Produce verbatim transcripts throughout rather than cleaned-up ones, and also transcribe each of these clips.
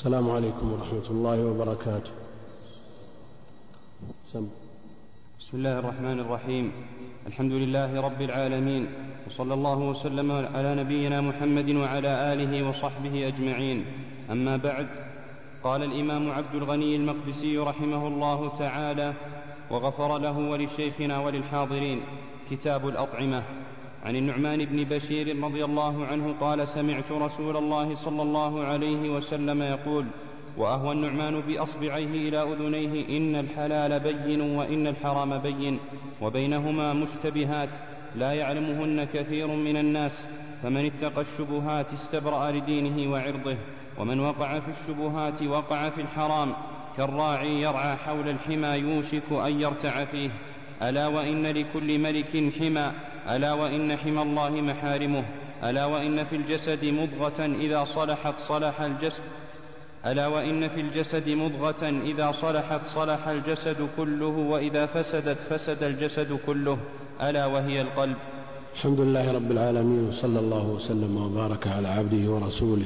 السلام عليكم ورحمة الله وبركاته. سم. بسم الله الرحمن الرحيم. الحمد لله رب العالمين، وصلى الله وسلم على نبينا محمد وعلى آله وصحبه أجمعين. أما بعد، قال الإمام عبد الغني المقدسي رحمه الله تعالى وغفر له ولشيخنا وللحاضرين: كتاب الأطعمة. عن النعمان بن بشير رضي الله عنه قال: سمعت رسول الله صلى الله عليه وسلم يقول، وأهوى النعمان بأصبعيه إلى أذنيه: إن الحلال بين وإن الحرام بين، وبينهما مشتبهات لا يعلمهن كثير من الناس، فمن اتقى الشبهات استبرأ لدينه وعرضه، ومن وقع في الشبهات وقع في الحرام، كالراعي يرعى حول الحمى يوشك أن يرتع فيه. ألا وإن لكل ملك حمى، ألا وإن حمى الله محارمه، ألا وإن في الجسد مضغة إذا صلحت صلح الجسد ألا وإن في الجسد مضغة إذا صلحت صلح الجسد كله، وإذا فسدت فسد الجسد كله، ألا وهي القلب. الحمد لله رب العالمين، وصلى الله وسلم وبارك على عبده ورسوله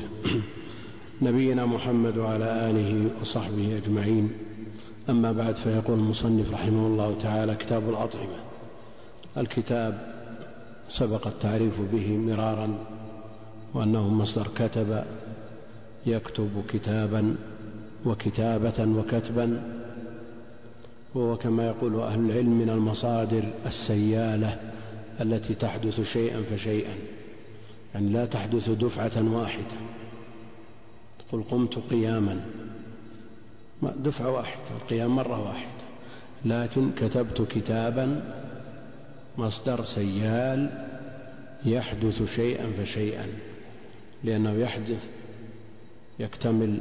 نبينا محمد وعلى آله وصحبه أجمعين. أما بعد، فيقول المصنف رحمه الله تعالى: كتاب الأطعمة. الكتاب سبق التعريف به مرارا، وأنه مصدر كتب يكتب كتابا وكتابة وكتبا، وهو كما يقول أهل العلم من المصادر السيالة التي تحدث شيئا فشيئا، يعني لا تحدث دفعة واحدة. تقول قمت قياما، دفعة واحدة، القيام مرة واحدة. لكن كتبت كتابا مصدر سيال يحدث شيئا فشيئا، لأنه يحدث يكتمل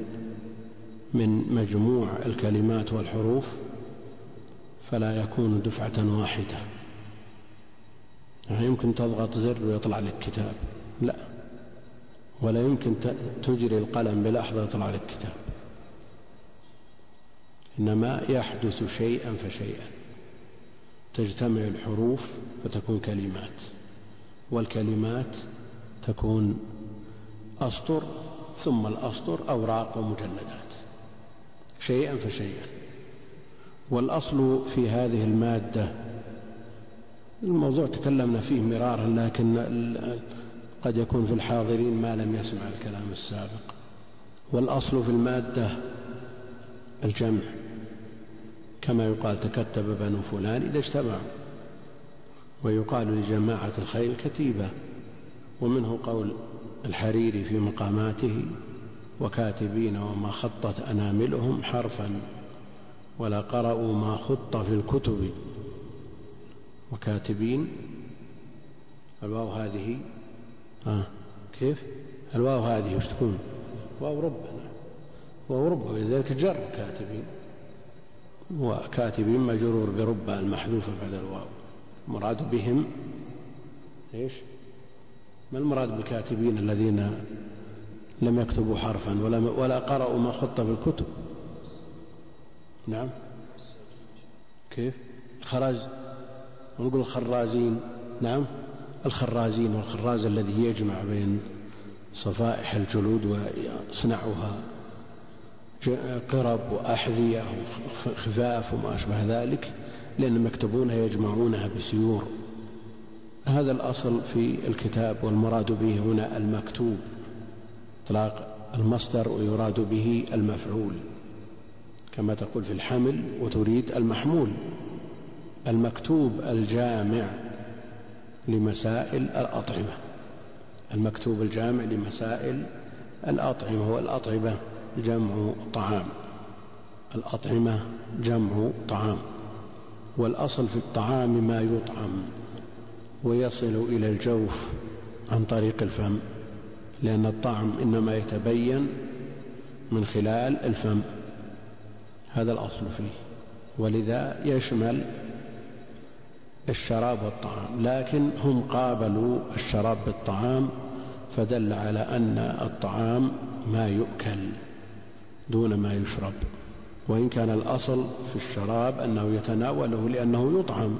من مجموع الكلمات والحروف، فلا يكون دفعة واحدة. يعني يمكن تضغط زر ويطلع لك كتاب، لا، ولا يمكن تجري القلم بلحظة يطلع لك كتاب، إنما يحدث شيئا فشيئا. تجتمع الحروف فتكون كلمات، والكلمات تكون أسطر، ثم الأسطر أوراق ومجلدات، شيئا فشيئا. والأصل في هذه المادة، الموضوع تكلمنا فيه مرارا، لكن قد يكون في الحاضرين ما لم يسمع الكلام السابق. والأصل في المادة الجمع، كما يقال تكتب بنو فلان إذا اجتمعوا، ويقال لجماعة الخيل كتيبة. ومنه قول الحريري في مقاماته: وكاتبين وما خطت أناملهم حرفا، ولا قرأوا ما خط في الكتب. وكاتبين، الواو هذه آه كيف الواو هذه وش تكون؟ واو ربنا، واو رب، ولذلك جر كاتبين، وكاتبين مجرور برب المحذوفة بعد الواو. مراد بهم إيش؟ ما المراد بالكاتبين؟ الذين لم يكتبوا حرفا ولا, ولا قرأوا ما خط في الكتب. نعم، كيف؟ الخراز، ونقول الخرازين. نعم، الخرازين، والخراز الذي يجمع بين صفائح الجلود ويصنعها قرب وأحذية وخفاف وما أشبه ذلك، لأنهم يكتبونها يجمعونها بسيور. هذا الأصل في الكتاب، والمراد به هنا المكتوب، إطلاق المصدر ويراد به المفعول، كما تقول في الحمل وتريد المحمول. المكتوب الجامع لمسائل الأطعمة، المكتوب الجامع لمسائل الأطعمة. والأطعمة جمع طعام، الأطعمة جمع طعام. والأصل في الطعام ما يطعم ويصل إلى الجوف عن طريق الفم، لأن الطعم إنما يتبين من خلال الفم، هذا الأصل فيه. ولذا يشمل الشراب والطعام، لكن هم قابلوا الشراب بالطعام، فدل على أن الطعام ما يؤكل دون ما يشرب، وإن كان الأصل في الشراب أنه يتناوله لأنه يطعم.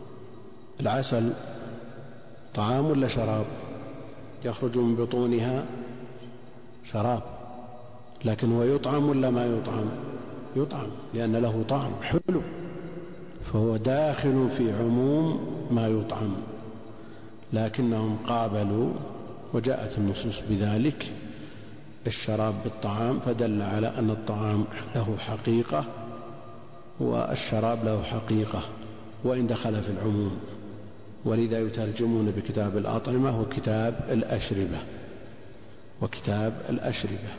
العسل طعام ولا شراب؟ يخرج من بطونها شراب، لكن هو يطعم ولا ما يطعم؟ يطعم، لأن له طعم حلو، فهو داخل في عموم ما يطعم. لكنهم قابلوا وجاءت النصوص بذلك الشراب بالطعام، فدل على أن الطعام له حقيقة والشراب له حقيقة وإن دخل في العموم. ولذا يترجمون بكتاب الأطعمة وكتاب الأشربة وكتاب الأشربة.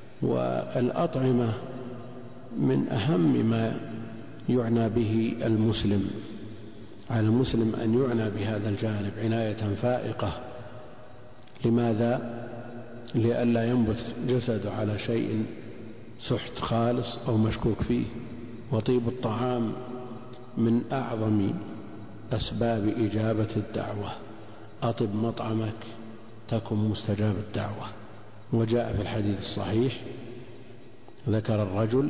والأطعمة من أهم ما يعنى به المسلم، على المسلم أن يعنى بهذا الجانب عناية فائقة. لماذا؟ لئلا ينبت جسده على شيء سحت خالص أو مشكوك فيه. وطيب الطعام من أعظم أسباب إجابة الدعوة. أطب مطعمك تكن مستجاب الدعوة. وجاء في الحديث الصحيح ذكر الرجل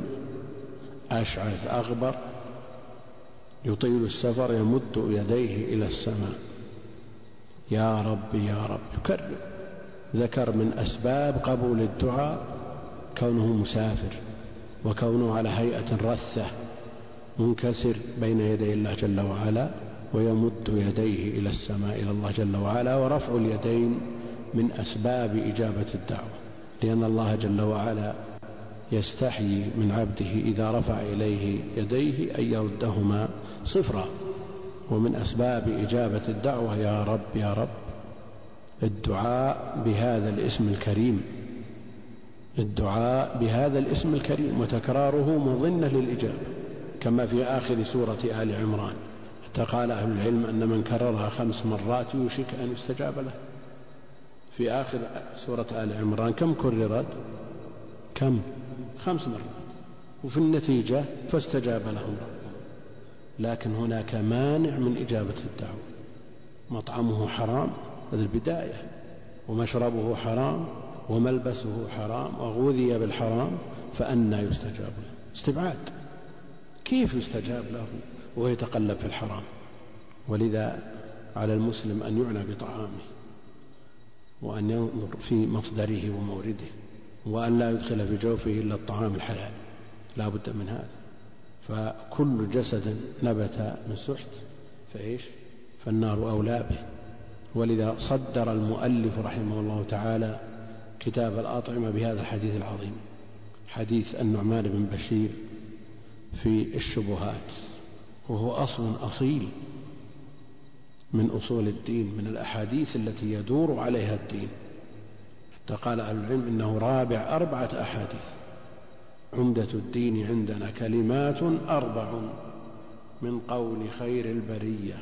أشعث أغبر يطيل السفر يمد يديه إلى السماء يا رب يا رب يكرر. ذكر من أسباب قبول الدعاء كونه مسافر وكونه على هيئة رثة منكسر بين يدي الله جل وعلا ويمد يديه إلى السماء إلى الله جل وعلا. ورفع اليدين من أسباب إجابة الدعوة، لأن الله جل وعلا يستحيي من عبده إذا رفع إليه يديه أن يردهما صفرا. ومن أسباب إجابة الدعوة يا رب يا رب الدعاء بهذا الاسم الكريم، الدعاء بهذا الاسم الكريم وتكراره مظنة للإجابة، كما في آخر سورة آل عمران. حتى قال أهل العلم أن من كررها خمس مرات يوشك أن يستجاب له. في آخر سورة آل عمران كم كررت؟ كم؟ خمس مرات، وفي النتيجة فاستجاب لهم ربهم. لكن هناك مانع من إجابة الدعوة، مطعمه حرام، هذه البداية، ومشربه حرام وملبسه حرام وغذي بالحرام، فأنى يستجاب له؟ استبعاد. كيف يستجاب له وهو يتقلب في الحرام؟ ولذا على المسلم أن يعنى بطعامه وأن ينظر في مصدره ومورده، وأن لا يدخل في جوفه إلا الطعام الحلال، لا بد من هذا. فكل جسد نبت من سحت فإيش؟ فالنار أولى به. ولذا صدر المؤلف رحمه الله تعالى كتاب الأطعمة بهذا الحديث العظيم، حديث النعمان بن بشير في الشبهات، وهو أصل أصيل من أصول الدين، من الأحاديث التي يدور عليها الدين. حتى قال أهل العلم إنه رابع أربعة أحاديث. عمدة الدين عندنا كلمات أربع من قول خير البرية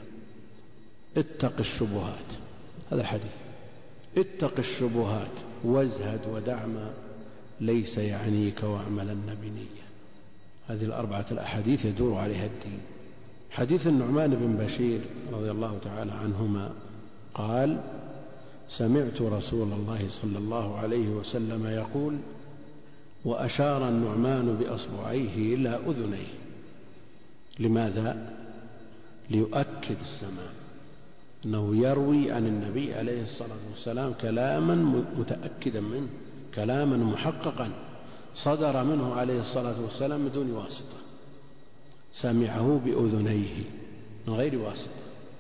اتق الشبهات. هذا الحديث، اتق الشبهات وازهد ودع ما ليس يعنيك واعملن بنية. هذه الأربعة الأحاديث يدور عليها الدين. حديث النعمان بن بشير رضي الله تعالى عنهما قال سمعت رسول الله صلى الله عليه وسلم يقول، وأشار النعمان بأصبعيه إلى أذنيه. لماذا؟ ليؤكد السماع، أنه يروي عن النبي عليه الصلاة والسلام كلاما متأكدا منه، كلاما محققا صدر منه عليه الصلاة والسلام بدون واسطة، سمعه بأذنيه من غير واسطة.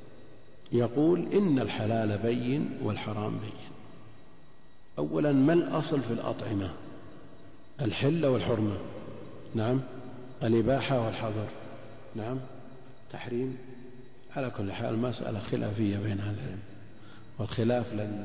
يقول إن الحلال بين والحرام بين. أولا ما الأصل في الأطعمة؟ الحل والحرمة، نعم. الإباحة والحظر، نعم. تحريم. على كل حال مسألة خلافية بين أهل العلم، والخلاف لن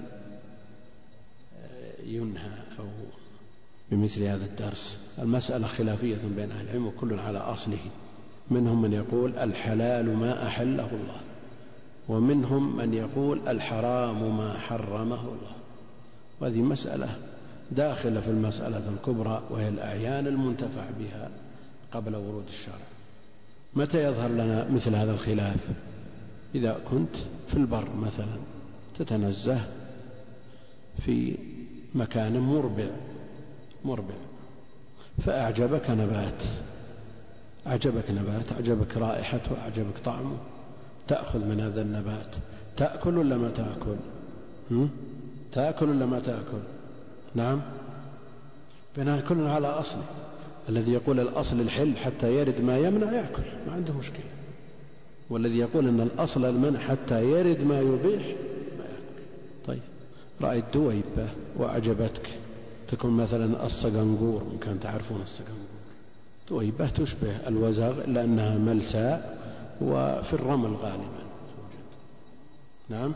ينهى أو بمثل هذا الدرس. المسألة خلافية بين أهل العلم وكل على أصله. منهم من يقول الحلال ما أحله الله، ومنهم من يقول الحرام ما حرمه الله. وهذه مسألة داخلة في المسألة الكبرى، وهي الأعيان المنتفع بها قبل ورود الشرع. متى يظهر لنا مثل هذا الخلاف؟ إذا كنت في البر مثلا تتنزه في مكان مربع مربع فأعجبك نبات، أعجبك نبات أعجبك رائحته أعجبك طعمه، تأخذ من هذا النبات. تأكل ولا ما تأكل؟ هم؟ تأكل ولا ما تأكل؟ نعم. بناء كل على أصله. الذي يقول الأصل الحل حتى يرد ما يمنع يأكل ما عنده مشكلة، والذي يقول أن الأصل المنع حتى يرد ما يبيح ما يأكل. طيب رأيت دويبة وأعجبتك، تكون مثلا الصقنقور، إن كان تعرفون الصقنقور، دويبة تشبه الوزغ لأنها ملساء وفي الرمل غالبا. نعم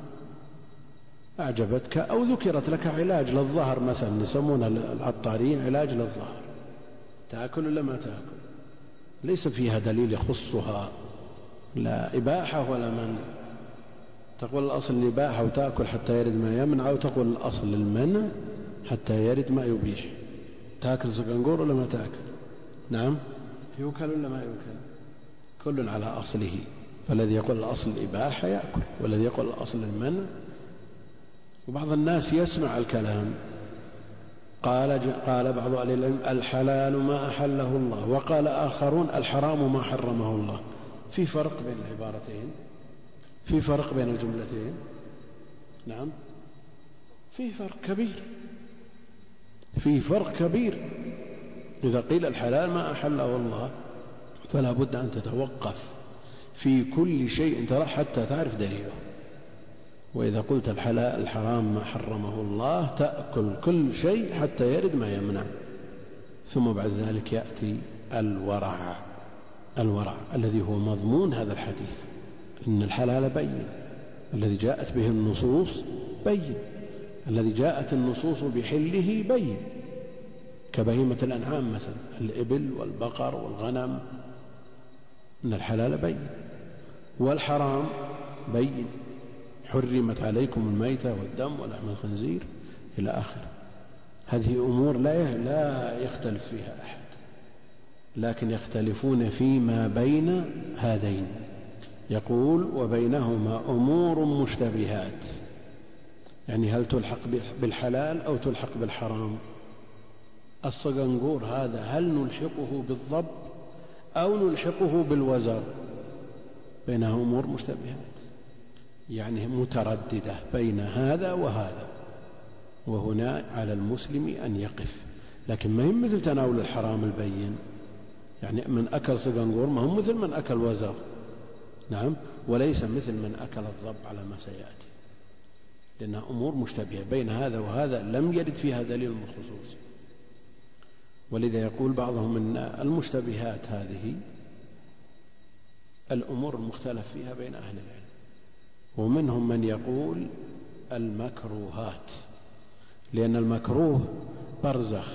أعجبتك أو ذكرت لك علاج للظهر مثلا، يسمون العطارين علاج للظهر، تأكل ولا ما تأكل؟ ليس فيها دليل يخصها، لا إباحة ولا منع. تقول الأصل الإباحة وتأكل حتى يرد ما يمنع، أو تقول الأصل المنع حتى يرد ما يبيح. تأكل صقنقور ولا ما تأكل؟ نعم يؤكل ولا ما يؤكل؟ كل على أصله. فالذي يقول الأصل الإباحة يأكل، والذي يقول الأصل المنع. وبعض الناس يسمع الكلام، قال قال بعض أهل العلم الحلال ما أحله الله، وقال آخرون الحرام ما حرمه الله. في فرق بين العبارتين، في فرق بين الجملتين. نعم في فرق كبير، في فرق كبير. إذا قيل الحلال ما أحله الله فلا بد أن تتوقف في كل شيء ترى حتى تعرف دليله. وإذا قلت الحلال الحرام ما حرمه الله تأكل كل شيء حتى يرد ما يمنع. ثم بعد ذلك يأتي الورع، الورع الذي هو مضمون هذا الحديث، إن الحلال بين، الذي جاءت به النصوص بين، الذي جاءت النصوص بحله بين، كبهيمة الأنعام مثلا الإبل والبقر والغنم، إن الحلال بين، والحرام بين، حرمت عليكم الميتة والدم ولحم الخنزير إلى آخره. هذه أمور لا لا يختلف فيها أحد، لكن يختلفون فيما بين هذين. يقول وبينهما أمور مشتبهات، يعني هل تلحق بالحلال أو تلحق بالحرام؟ الصقنقور هذا هل نلحقه بالضب أو نلحقه بالوزر؟ بينها أمور مشتبهات، يعني مترددة بين هذا وهذا. وهنا على المسلم أن يقف، لكن ما هي مثل تناول الحرام البين، يعني من أكل صقنقور ما هو مثل من أكل وزر. نعم وليس مثل من أكل الضب على ما سيأتي، لأنها أمور مشتبهة بين هذا وهذا لم يرد فيها دليل خصوصي. ولذا يقول بعضهم أن المشتبهات هذه الأمور المختلف فيها بين أهل العلم. ومنهم من يقول المكروهات، لأن المكروه برزخ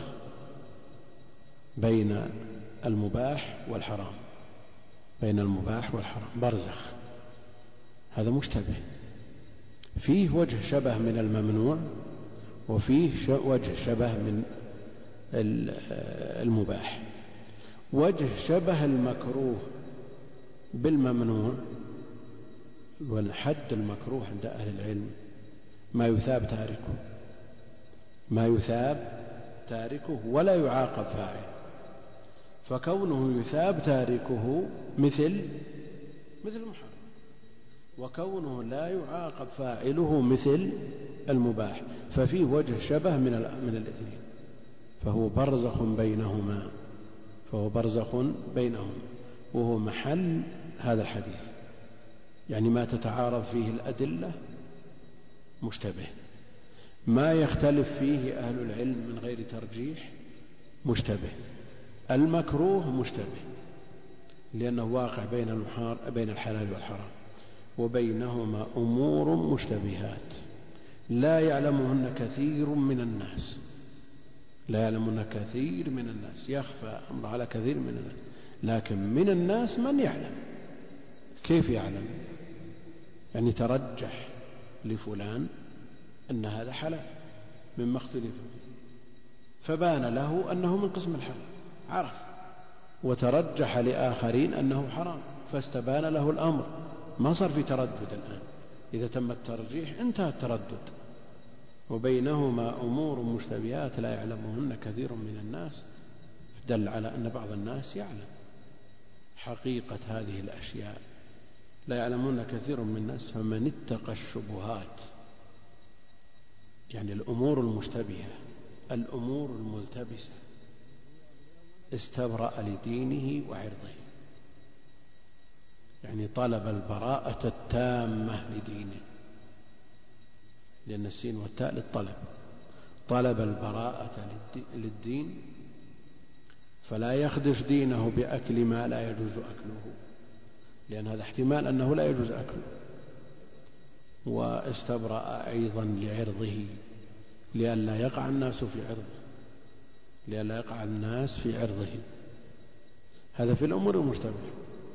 بين المباح والحرام، بين المباح والحرام برزخ، هذا مشتبه، فيه وجه شبه من الممنوع وفيه وجه شبه من المباح. وجه شبه المكروه بالممنوع، والحد المكروه عند أهل العلم ما يثاب تاركه، ما يثاب تاركه ولا يعاقب فاعله. فكونه يثاب تاركه مثل مثل المحرم، وكونه لا يعاقب فاعله مثل المباح، ففيه وجه شبه من من الاثنين، فهو برزخ بينهما، فهو برزخ بينهما، وهو محل هذا الحديث. يعني ما تتعارض فيه الأدلة مشتبه، ما يختلف فيه أهل العلم من غير ترجيح مشتبه. المكروه مشتبه لأنه واقع بين المحار بين الحلال والحرام، وبينهما أمور مشتبهات لا يعلمهن كثير من الناس، لا يعلمهن كثير من الناس، يخفى أمر على كثير من الناس، لكن من الناس من يعلم. كيف يعلم؟ يعني ترجح لفلان أن هذا حلال مما اختلف فيه، فبان له أنه من قسم الحلال عرف، وترجح لآخرين أنه حرام فاستبان له الأمر، ما صار في تردد الآن. إذا تم الترجيح انتهى التردد. وبينهما أمور مشتبهات لا يعلمهن كثير من الناس، دل على أن بعض الناس يعلم حقيقة هذه الأشياء، لا يعلمون كثير من الناس. فمن اتقى الشبهات، يعني الأمور المشتبهة، الأمور الملتبسة، استبرأ لدينه وعرضه، يعني طلب البراءة التامة لدينه، لأن السين والتاء للطلب، طلب البراءة للدين، فلا يخدش دينه بأكل ما لا يجوز أكله، لأن هذا احتمال أنه لا يجوز أكله. واستبرأ أيضا لعرضه، لئلا يقع الناس في عرضه، لئلا يقع الناس في عرضه. هذا في الأمور المشتبهة،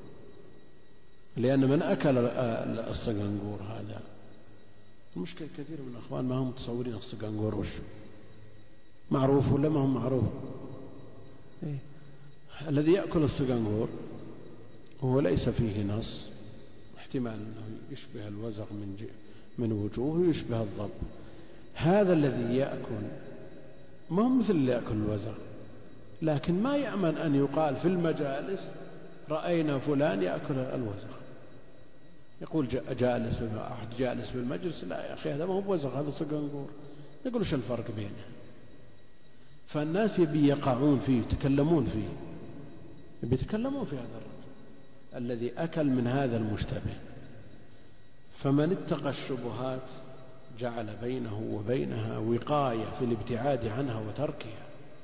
لأن من أكل الصقنقور هذا، المشكلة كثير من الأخوان ما هم متصورين الصقنقور وش معروف ولا ما هم معروف. إيه؟ الذي يأكل الصقنقور هو ليس فيه نص، احتمال أنه يشبه الوزغ من من وجوه ويشبه الضب. هذا الذي يأكل ما هو مثل اللي يأكل الوزغ، لكن ما يأمن أن يقال في المجالس رأينا فلان يأكل الوزغ، يقول جالس أحد جالس في المجلس، لا يا أخي هذا ما هو وزغ، هذا صقنقور. يقول وش الفرق بينه؟ فالناس يبي يقعون فيه يتكلمون فيه، يبي يتكلمون في هذا الرجل الذي أكل من هذا المشتبه. فمن اتقى الشبهات جعل بينه وبينها وقاية في الابتعاد عنها وتركها،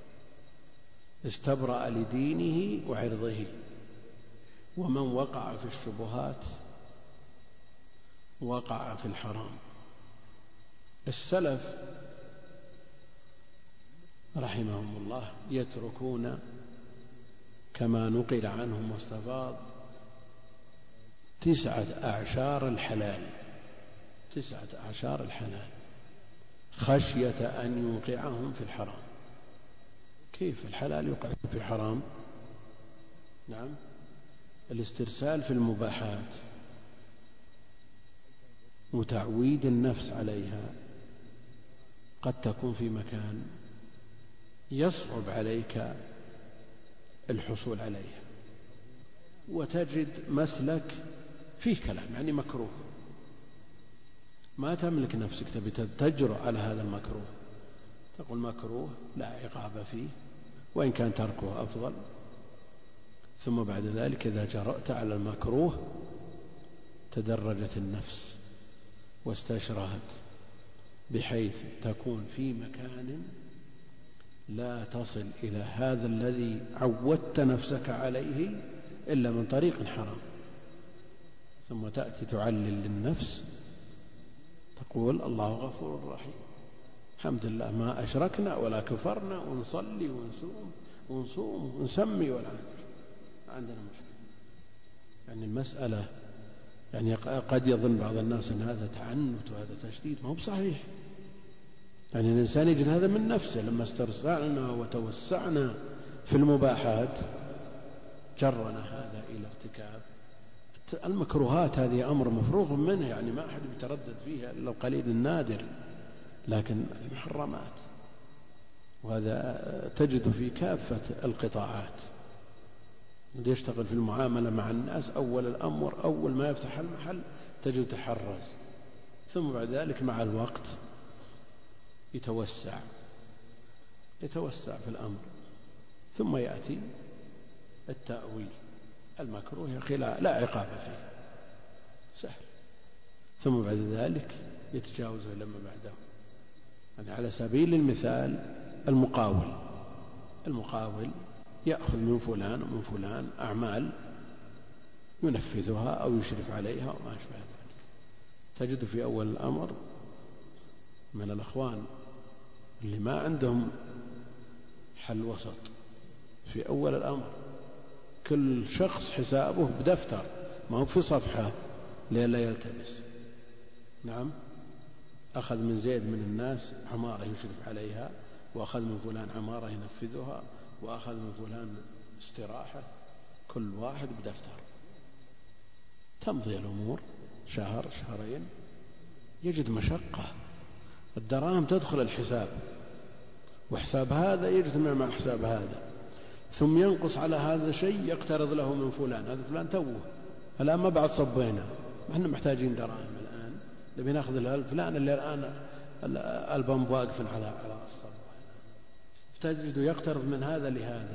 استبرأ لدينه وعرضه. ومن وقع في الشبهات وقع في الحرام. السلف رحمهم الله يتركون كما نقل عنهم واستفاض تسعة أعشار الحلال، تسعة أعشار الحلال خشية أن يوقعهم في الحرام. كيف الحلال يوقع في الحرام؟ نعم، الاسترسال في المباحات وتعويد النفس عليها قد تكون في مكان يصعب عليك الحصول عليها، وتجد مسلك فيه كلام يعني مكروه، ما تملك نفسك تبي تجرؤ على هذا المكروه، تقول مكروه لا عقاب فيه وإن كان تركه أفضل. ثم بعد ذلك إذا جرأت على المكروه تدرجت النفس واستشرهت بحيث تكون في مكان لا تصل إلى هذا الذي عودت نفسك عليه إلا من طريق حرام. ثم تأتي تعلل للنفس تقول الله غفور رحيم، الحمد لله ما أشركنا ولا كفرنا ونصلي ونصوم ونصوم ونسمي ولا عندنا مشكلة. يعني المسألة يعني قد يظن بعض الناس أن هذا تعنت وهذا تشديد، ما هو بصحيح. يعني الإنسان يجد هذا من نفسه، لما استرسعنا وتوسعنا في المباحات جرنا هذا إلى ارتكاب المكروهات. هذه أمر مفروغ منه، يعني ما أحد يتردد فيها إلا القليل النادر. لكن المحرمات وهذا تجد في كافة القطاعات، اللي يشتغل في المعاملة مع الناس أول الأمر أول ما يفتح المحل تجد تحرز، ثم بعد ذلك مع الوقت يتوسع يتوسع في الأمر، ثم يأتي التأويل المكروه يا أخي لا, لا عقاب فيه سهل، ثم بعد ذلك يتجاوز لما بعده. يعني على سبيل المثال المقاول المقاول يأخذ من فلان ومن فلان أعمال ينفذها أو يشرف عليها وما أشبه ذلك. تجد في أول الأمر من الأخوان اللي ما عندهم حل وسط، في أول الأمر كل شخص حسابه بدفتر ما هو في صفحة لئلا يلتبس. نعم، أخذ من زيد من الناس عمارة يشرف عليها، وأخذ من فلان عمارة ينفذها، وأخذ من فلان استراحة، كل واحد بدفتر. تمضي الأمور شهر شهرين يجد مشقة، الدراهم تدخل الحساب وحساب هذا يجتمع مع حساب هذا، ثم ينقص على هذا شيء يقترض له من فلان، هذا فلان توه الآن ما بعد صبينا، احنا محتاجين دراهم الآن نبي ناخذ الفلان اللي الآن البنب واقف على على الصب، تجد يقترض من هذا لهذا،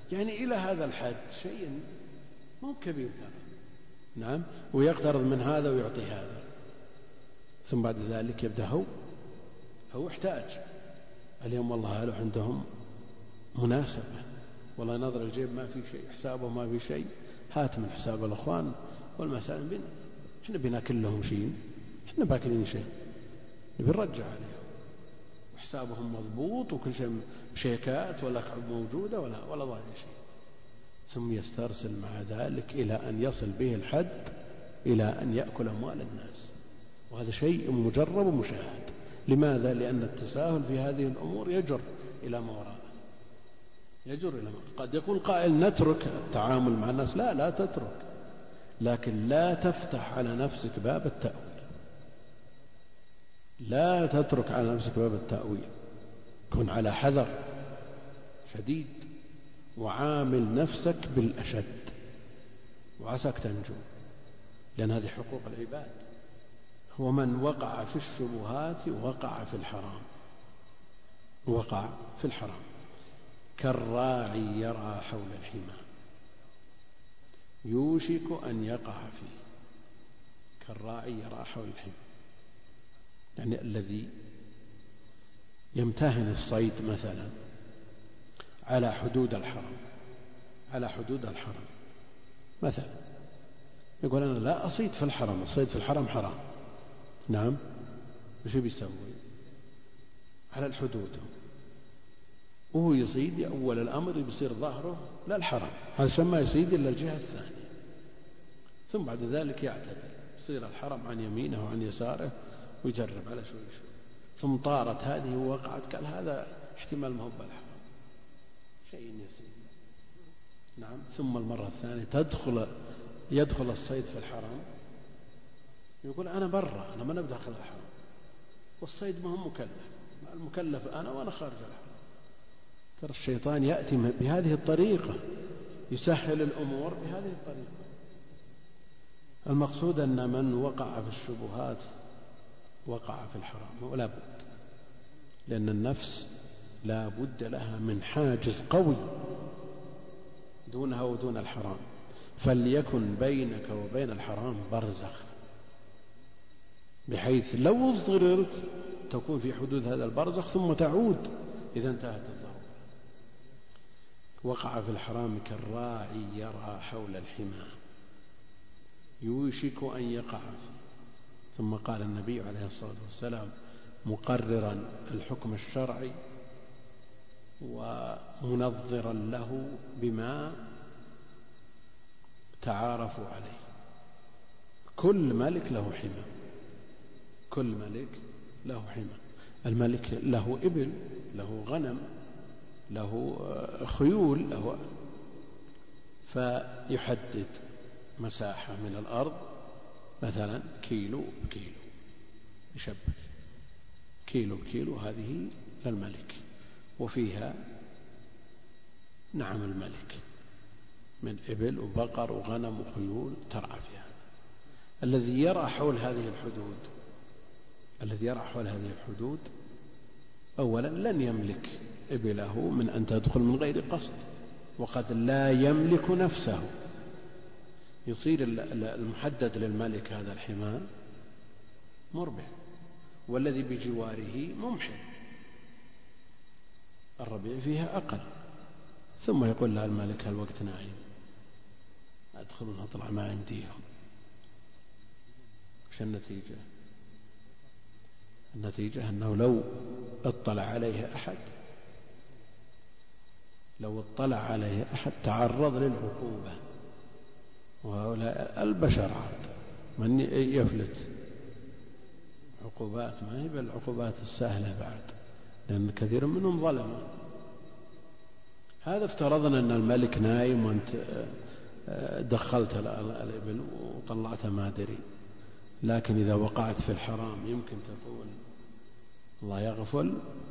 يعني إلى هذا الحد شيء مو كبير ترى. نعم، ويقترض من هذا ويعطي هذا، ثم بعد ذلك يبدأ هو هو يحتاج. اليوم والله هل عندهم مناسبة، والله نظر الجيب ما في شيء، حسابه ما في شيء، هات من حساب الأخوان والمسائل بنا، احنا بناكل لهم شيء، احنا باكلين شيء، نبي نرجع عليهم، وحسابهم مضبوط وكل شيء شيكات ولا موجودة ولا ولا ضايع شيء. ثم يسترسل مع ذلك إلى أن يصل به الحد إلى أن يأكل أموال الناس، وهذا شيء مجرب ومشاهد. لماذا؟ لأن التساهل في هذه الأمور يجر إلى ما وراءه، يجر إلى ما وراءه. قد يقول قائل نترك التعامل مع الناس، لا لا تترك، لكن لا تفتح على نفسك باب التأويل، لا تترك على نفسك باب التأويل، كن على حذر شديد، وعامل نفسك بالأشد، وعساك تنجو، لأن هذه حقوق العباد. ومن وقع في الشبهات وقع في الحرام، وقع في الحرام كالراعي يرعى حول الحمى يوشك أن يقع فيه. كالراعي يرعى حول الحمى يعني الذي يمتهن الصيد مثلا على حدود الحرم، على حدود الحرم مثلا، يقول أنا لا أصيد في الحرم، الصيد في الحرم حرام. نعم، وش بيسوي؟ على الحدود، وهو يصيد أول الأمر بيصير ظهره لا الحرم، علشان ما يصيد إلا الجهة الثانية، ثم بعد ذلك يعتدل، يصير الحرم عن يمينه وعن يساره ويجرب على شوي شوي، ثم طارت هذه ووقعت، قال هذا احتمال ما هو بالحرم، شيء يسير. نعم، ثم المرة الثانية تدخل يدخل الصيد في الحرم، يقول أنا برا، أنا ما بداخل الحرم، والصيد ما هو مكلف، المكلف أنا وأنا خارج الحرم. ترى الشيطان يأتي بهذه الطريقة، يسهل الأمور بهذه الطريقة. المقصود أن من وقع في الشبهات وقع في الحرام، ولا بد، لأن النفس لا بد لها من حاجز قوي دونها ودون الحرام، فليكن بينك وبين الحرام برزخ، بحيث لو اضطررت تكون في حدود هذا البرزخ ثم تعود إذا انتهت الضرورة. وقع في الحرام كالراعي يرعى حول الحمى يوشك أن يقع فيه. ثم قال النبي عليه الصلاة والسلام مقررا الحكم الشرعي ومنظرا له بما تعارفوا عليه: كل ملك له حمى، كل ملك له حمى. الملك له إبل، له غنم، له خيول، له، فيحدد مساحة من الأرض مثلا كيلو بكيلو، يشبك كيلو بكيلو، هذه للملك، وفيها نعم الملك من إبل وبقر وغنم وخيول ترعى فيها. الذي يرى حول هذه الحدود، الذي يرى حول هذه الحدود أولا لن يملك إبله من أن تدخل من غير قصد، وقد لا يملك نفسه، يصير المحدد للملك هذا الحمى مربح، والذي بجواره ممحل، الربيع فيها أقل. ثم يقول لها الملك الوقت نايم، أدخلون أطلع ما يمديهم. وش النتيجة؟ النتيجة أنه لو اطلع عليه أحد لو اطلع عليه أحد تعرض للعقوبة، وهؤلاء البشر عاد من يفلت عقوبات ما هي بالعقوبات السهلة بعد، لأن كثير منهم ظلموا. هذا افترضنا أن الملك نايم وأنت دخلت الإبل وطلعت ما أدري، لكن إذا وقعت في الحرام يمكن تقول الله يغفل،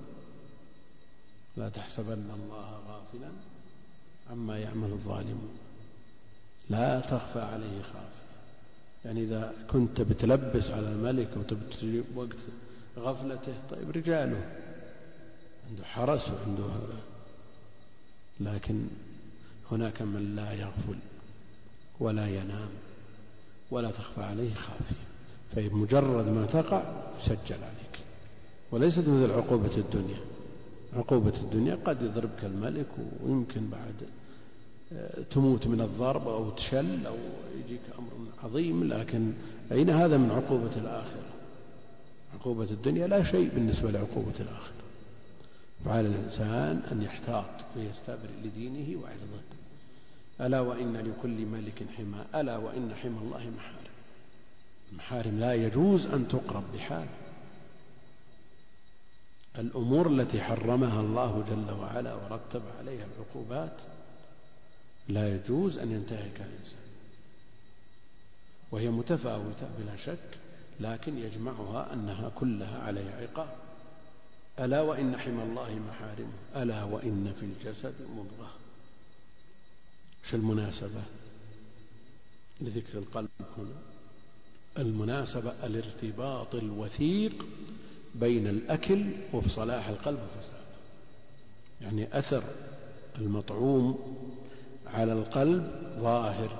لا تحسبن الله غافلا عما يعمل الظالمون، لا تخفى عليه خافية. يعني إذا كنت بتلبس على الملك وتجيب وقت غفلته، طيب رجاله عنده حرس وعنده، لكن هناك من لا يغفل ولا ينام ولا تخفى عليه خافية، فمجرد ما تقع يسجل عليك، وليست مثل عقوبة الدنيا. عقوبة الدنيا قد يضربك الملك ويمكن بعد تموت من الضرب أو تشل أو يجيك أمر عظيم، لكن أين هذا من عقوبة الآخرة؟ عقوبة الدنيا لا شيء بالنسبة لعقوبة الآخرة. فعلى الإنسان أن يحتاط ويستبرئ لدينه وعرضه. ألا وإن لكل ملك حمى، ألا وإن حمى الله محارم. المحارم لا يجوز أن تقرب بحال. الأمور التي حرمها الله جل وعلا ورتب عليها العقوبات لا يجوز أن ينتهك الإنسان، وهي متفاوتة بلا شك، لكن يجمعها أنها كلها عليها عقاب. ألا وإن حمى الله محارمه، ألا وإن في الجسد مضغة. شو المناسبة لذكر القلب هنا؟ المناسبة الارتباط الوثيق بين الأكل وصلاح القلب وفساده، يعني أثر المطعوم على القلب ظاهر،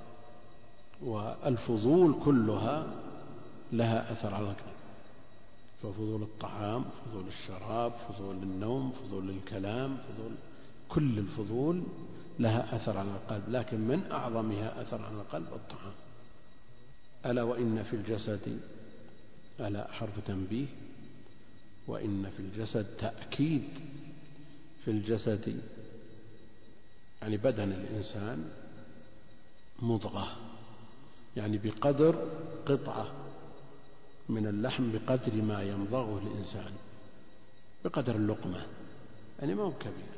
والفضول كلها لها أثر على القلب، ففضول الطعام، فضول الشراب، فضول النوم، فضول الكلام، فضول كل الفضول لها أثر على القلب، لكن من أعظمها أثر على القلب الطعام. ألا وإن في الجسد، ألا حرف تنبيه، وإن في الجسد تأكيد. في الجسد يعني بدن الإنسان مضغة، يعني بقدر قطعة من اللحم، بقدر ما يمضغه الإنسان، بقدر اللقمة، يعني ما هو كبير.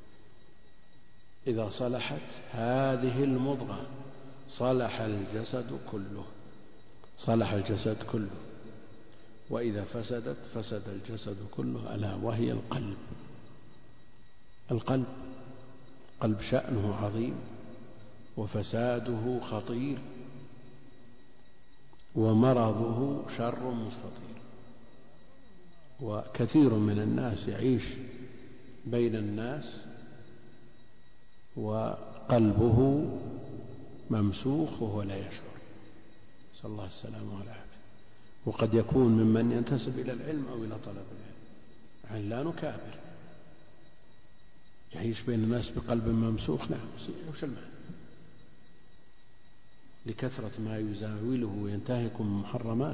إذا صلحت هذه المضغة صلح الجسد كله، صلح الجسد كله، وإذا فسدت فسد الجسد كله، ألا وهي القلب. القلب قلب شأنه عظيم وفساده خطير ومرضه شر مستطير. وكثير من الناس يعيش بين الناس وقلبه ممسوخ وهو لا يشعر، نسأل الله السلامة والعافية. وقد يكون ممن ينتسب إلى العلم أو إلى طلب العلم، يعني لا نكابر، يعيش بين الناس بقلب ممسوخ. نعم، وش المعنى؟ لكثرة ما يزاوله وينتهك من محرمات.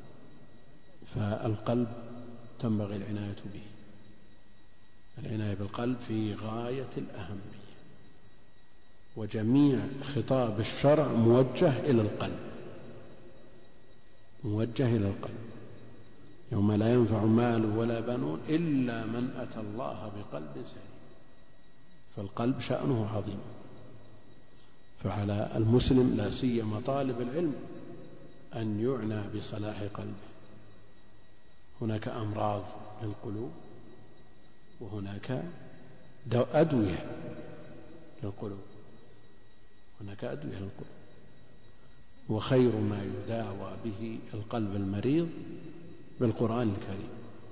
فالقلب تنبغي العناية به، العناية بالقلب في غاية الأهمية، وجميع خطاب الشرع موجه إلى القلب، موجه إلى القلب. يوم لا ينفع مال ولا بنون إلا من أتى الله بقلب سليم. فالقلب شأنه عظيم، فعلى المسلم لا سيما طالب العلم أن يعنى بصلاح قلبه. هناك أمراض للقلوب، وهناك أدوية للقلوب، هناك أدوية للقلوب. وخير ما يداوى به القلب المريض بالقرآن الكريم،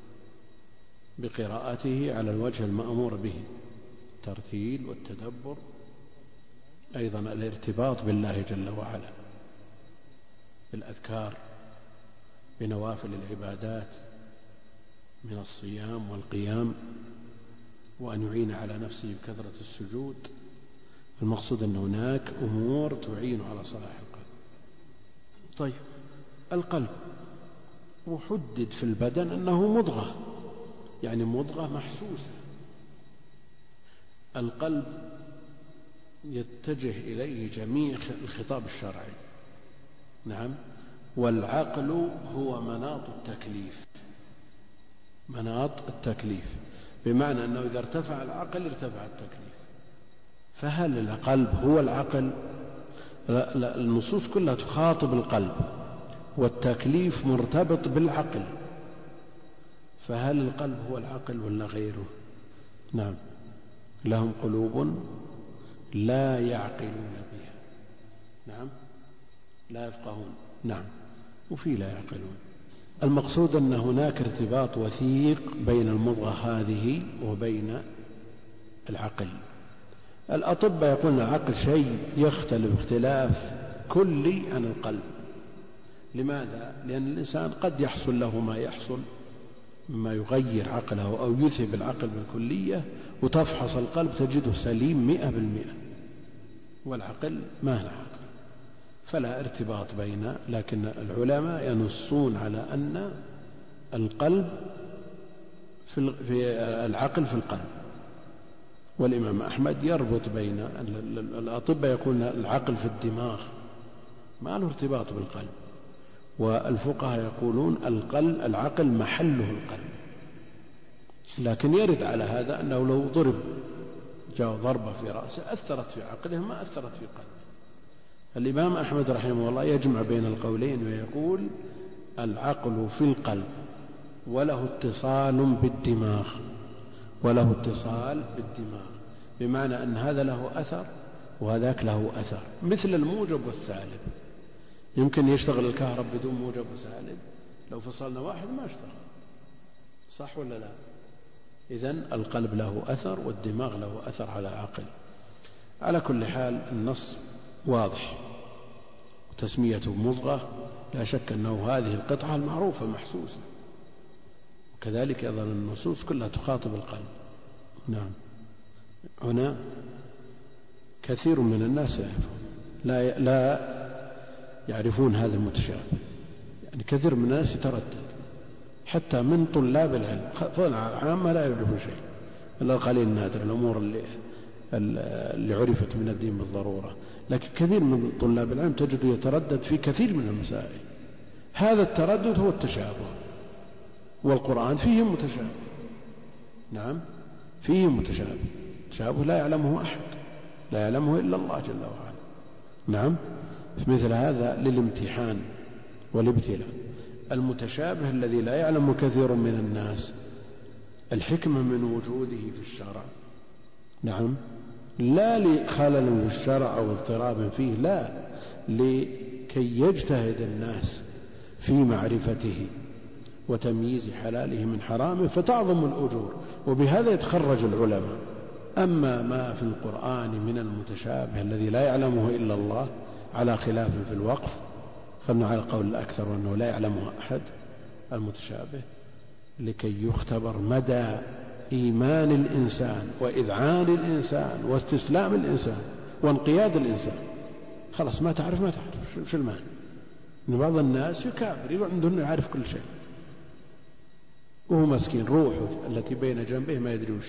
بقراءته على الوجه المأمور به، الترتيل والتدبر، أيضا الارتباط بالله جل وعلا بالأذكار، بنوافل العبادات من الصيام والقيام، وأن يعين على نفسه بكثرة السجود. المقصود أن هناك أمور تعين على صلاح القلب. طيب، القلب وحدد في البدن أنه مضغة، يعني مضغة محسوسة. القلب يتجه إليه جميع الخطاب الشرعي، نعم. والعقل هو مناط التكليف، مناط التكليف، بمعنى أنه إذا ارتفع العقل ارتفع التكليف. فهل القلب هو العقل؟ لا لا، النصوص كلها تخاطب القلب، والتكليف مرتبط بالعقل. فهل القلب هو العقل ولا غيره؟ نعم. لهم قلوب لا يعقلون بها، نعم، لا يفقهون، نعم، وفي لا يعقلون. المقصود أن هناك ارتباط وثيق بين المضغة هذه وبين العقل. الأطباء يقولون العقل شيء يختلف اختلاف كلي عن القلب. لماذا؟ لأن الإنسان قد يحصل له ما يحصل مما يغير عقله أو يذهب العقل بالكلية، وتفحص القلب تجده سليم مئة بالمئة، والعقل ما له عقل، فلا ارتباط بين. لكن العلماء ينصون على أن القلب في العقل في القلب، والإمام أحمد يربط بين. الأطباء يقولون العقل في الدماغ ما له ارتباط بالقلب، والفقهاء يقولون القلب العقل محله القلب. لكن يرد على هذا أنه لو ضرب جاء ضربة في رأسه أثرت في عقله ما أثرت في قلبه. الإمام أحمد رحمه الله يجمع بين القولين ويقول العقل في القلب وله اتصال بالدماغ، وله اتصال بالدماغ، بمعنى أن هذا له أثر وهذاك له أثر، مثل الموجب والسالب. يمكن يشتغل الكهرب بدون موجب وسالب، لو فصلنا واحد ما اشتغل، صح ولا لا؟ إذن القلب له أثر والدماغ له أثر على العقل. على كل حال النص واضح، وتسميته مضغة لا شك أنه هذه القطعة المعروفة محسوسة، وكذلك أيضا النصوص كلها تخاطب القلب. نعم. هنا كثير من الناس لا لا يعرفون هذا المتشابه، يعني كثير من الناس يتردد، حتى من طلاب العلم العامة لا يعرفون شيء إلا القليل النادر، الأمور اللي, اللي عرفت من الدين بالضرورة. لكن كثير من طلاب العلم تجد يتردد في كثير من المسائل. هذا التردد هو التشابه، والقرآن فيه متشابه. نعم فيه متشابه، تشابه لا يعلمه أحد، لا يعلمه إلا الله جل وعلا. نعم. مثل هذا للامتحان والابتلاء. المتشابه الذي لا يعلم كثير من الناس الحكمة من وجوده في الشرع، نعم، لا لخلل في الشرع أو اضطراب فيه، لا، لكي يجتهد الناس في معرفته وتمييز حلاله من حرامه فتعظم الأجور، وبهذا يتخرج العلماء. أما ما في القرآن من المتشابه الذي لا يعلمه إلا الله على خلاف في الوقف، خلنا على قول الأكثر وأنه لا يعلمه أحد، المتشابه لكي يختبر مدى إيمان الإنسان وإذعان الإنسان واستسلام الإنسان وانقياد الإنسان. خلاص ما تعرف ما تعرف، شو المعنى؟ إن بعض الناس يكابر يقول عنده أنه يعرف كل شيء، وهو مسكين روحه التي بين جنبه ما يدري وش،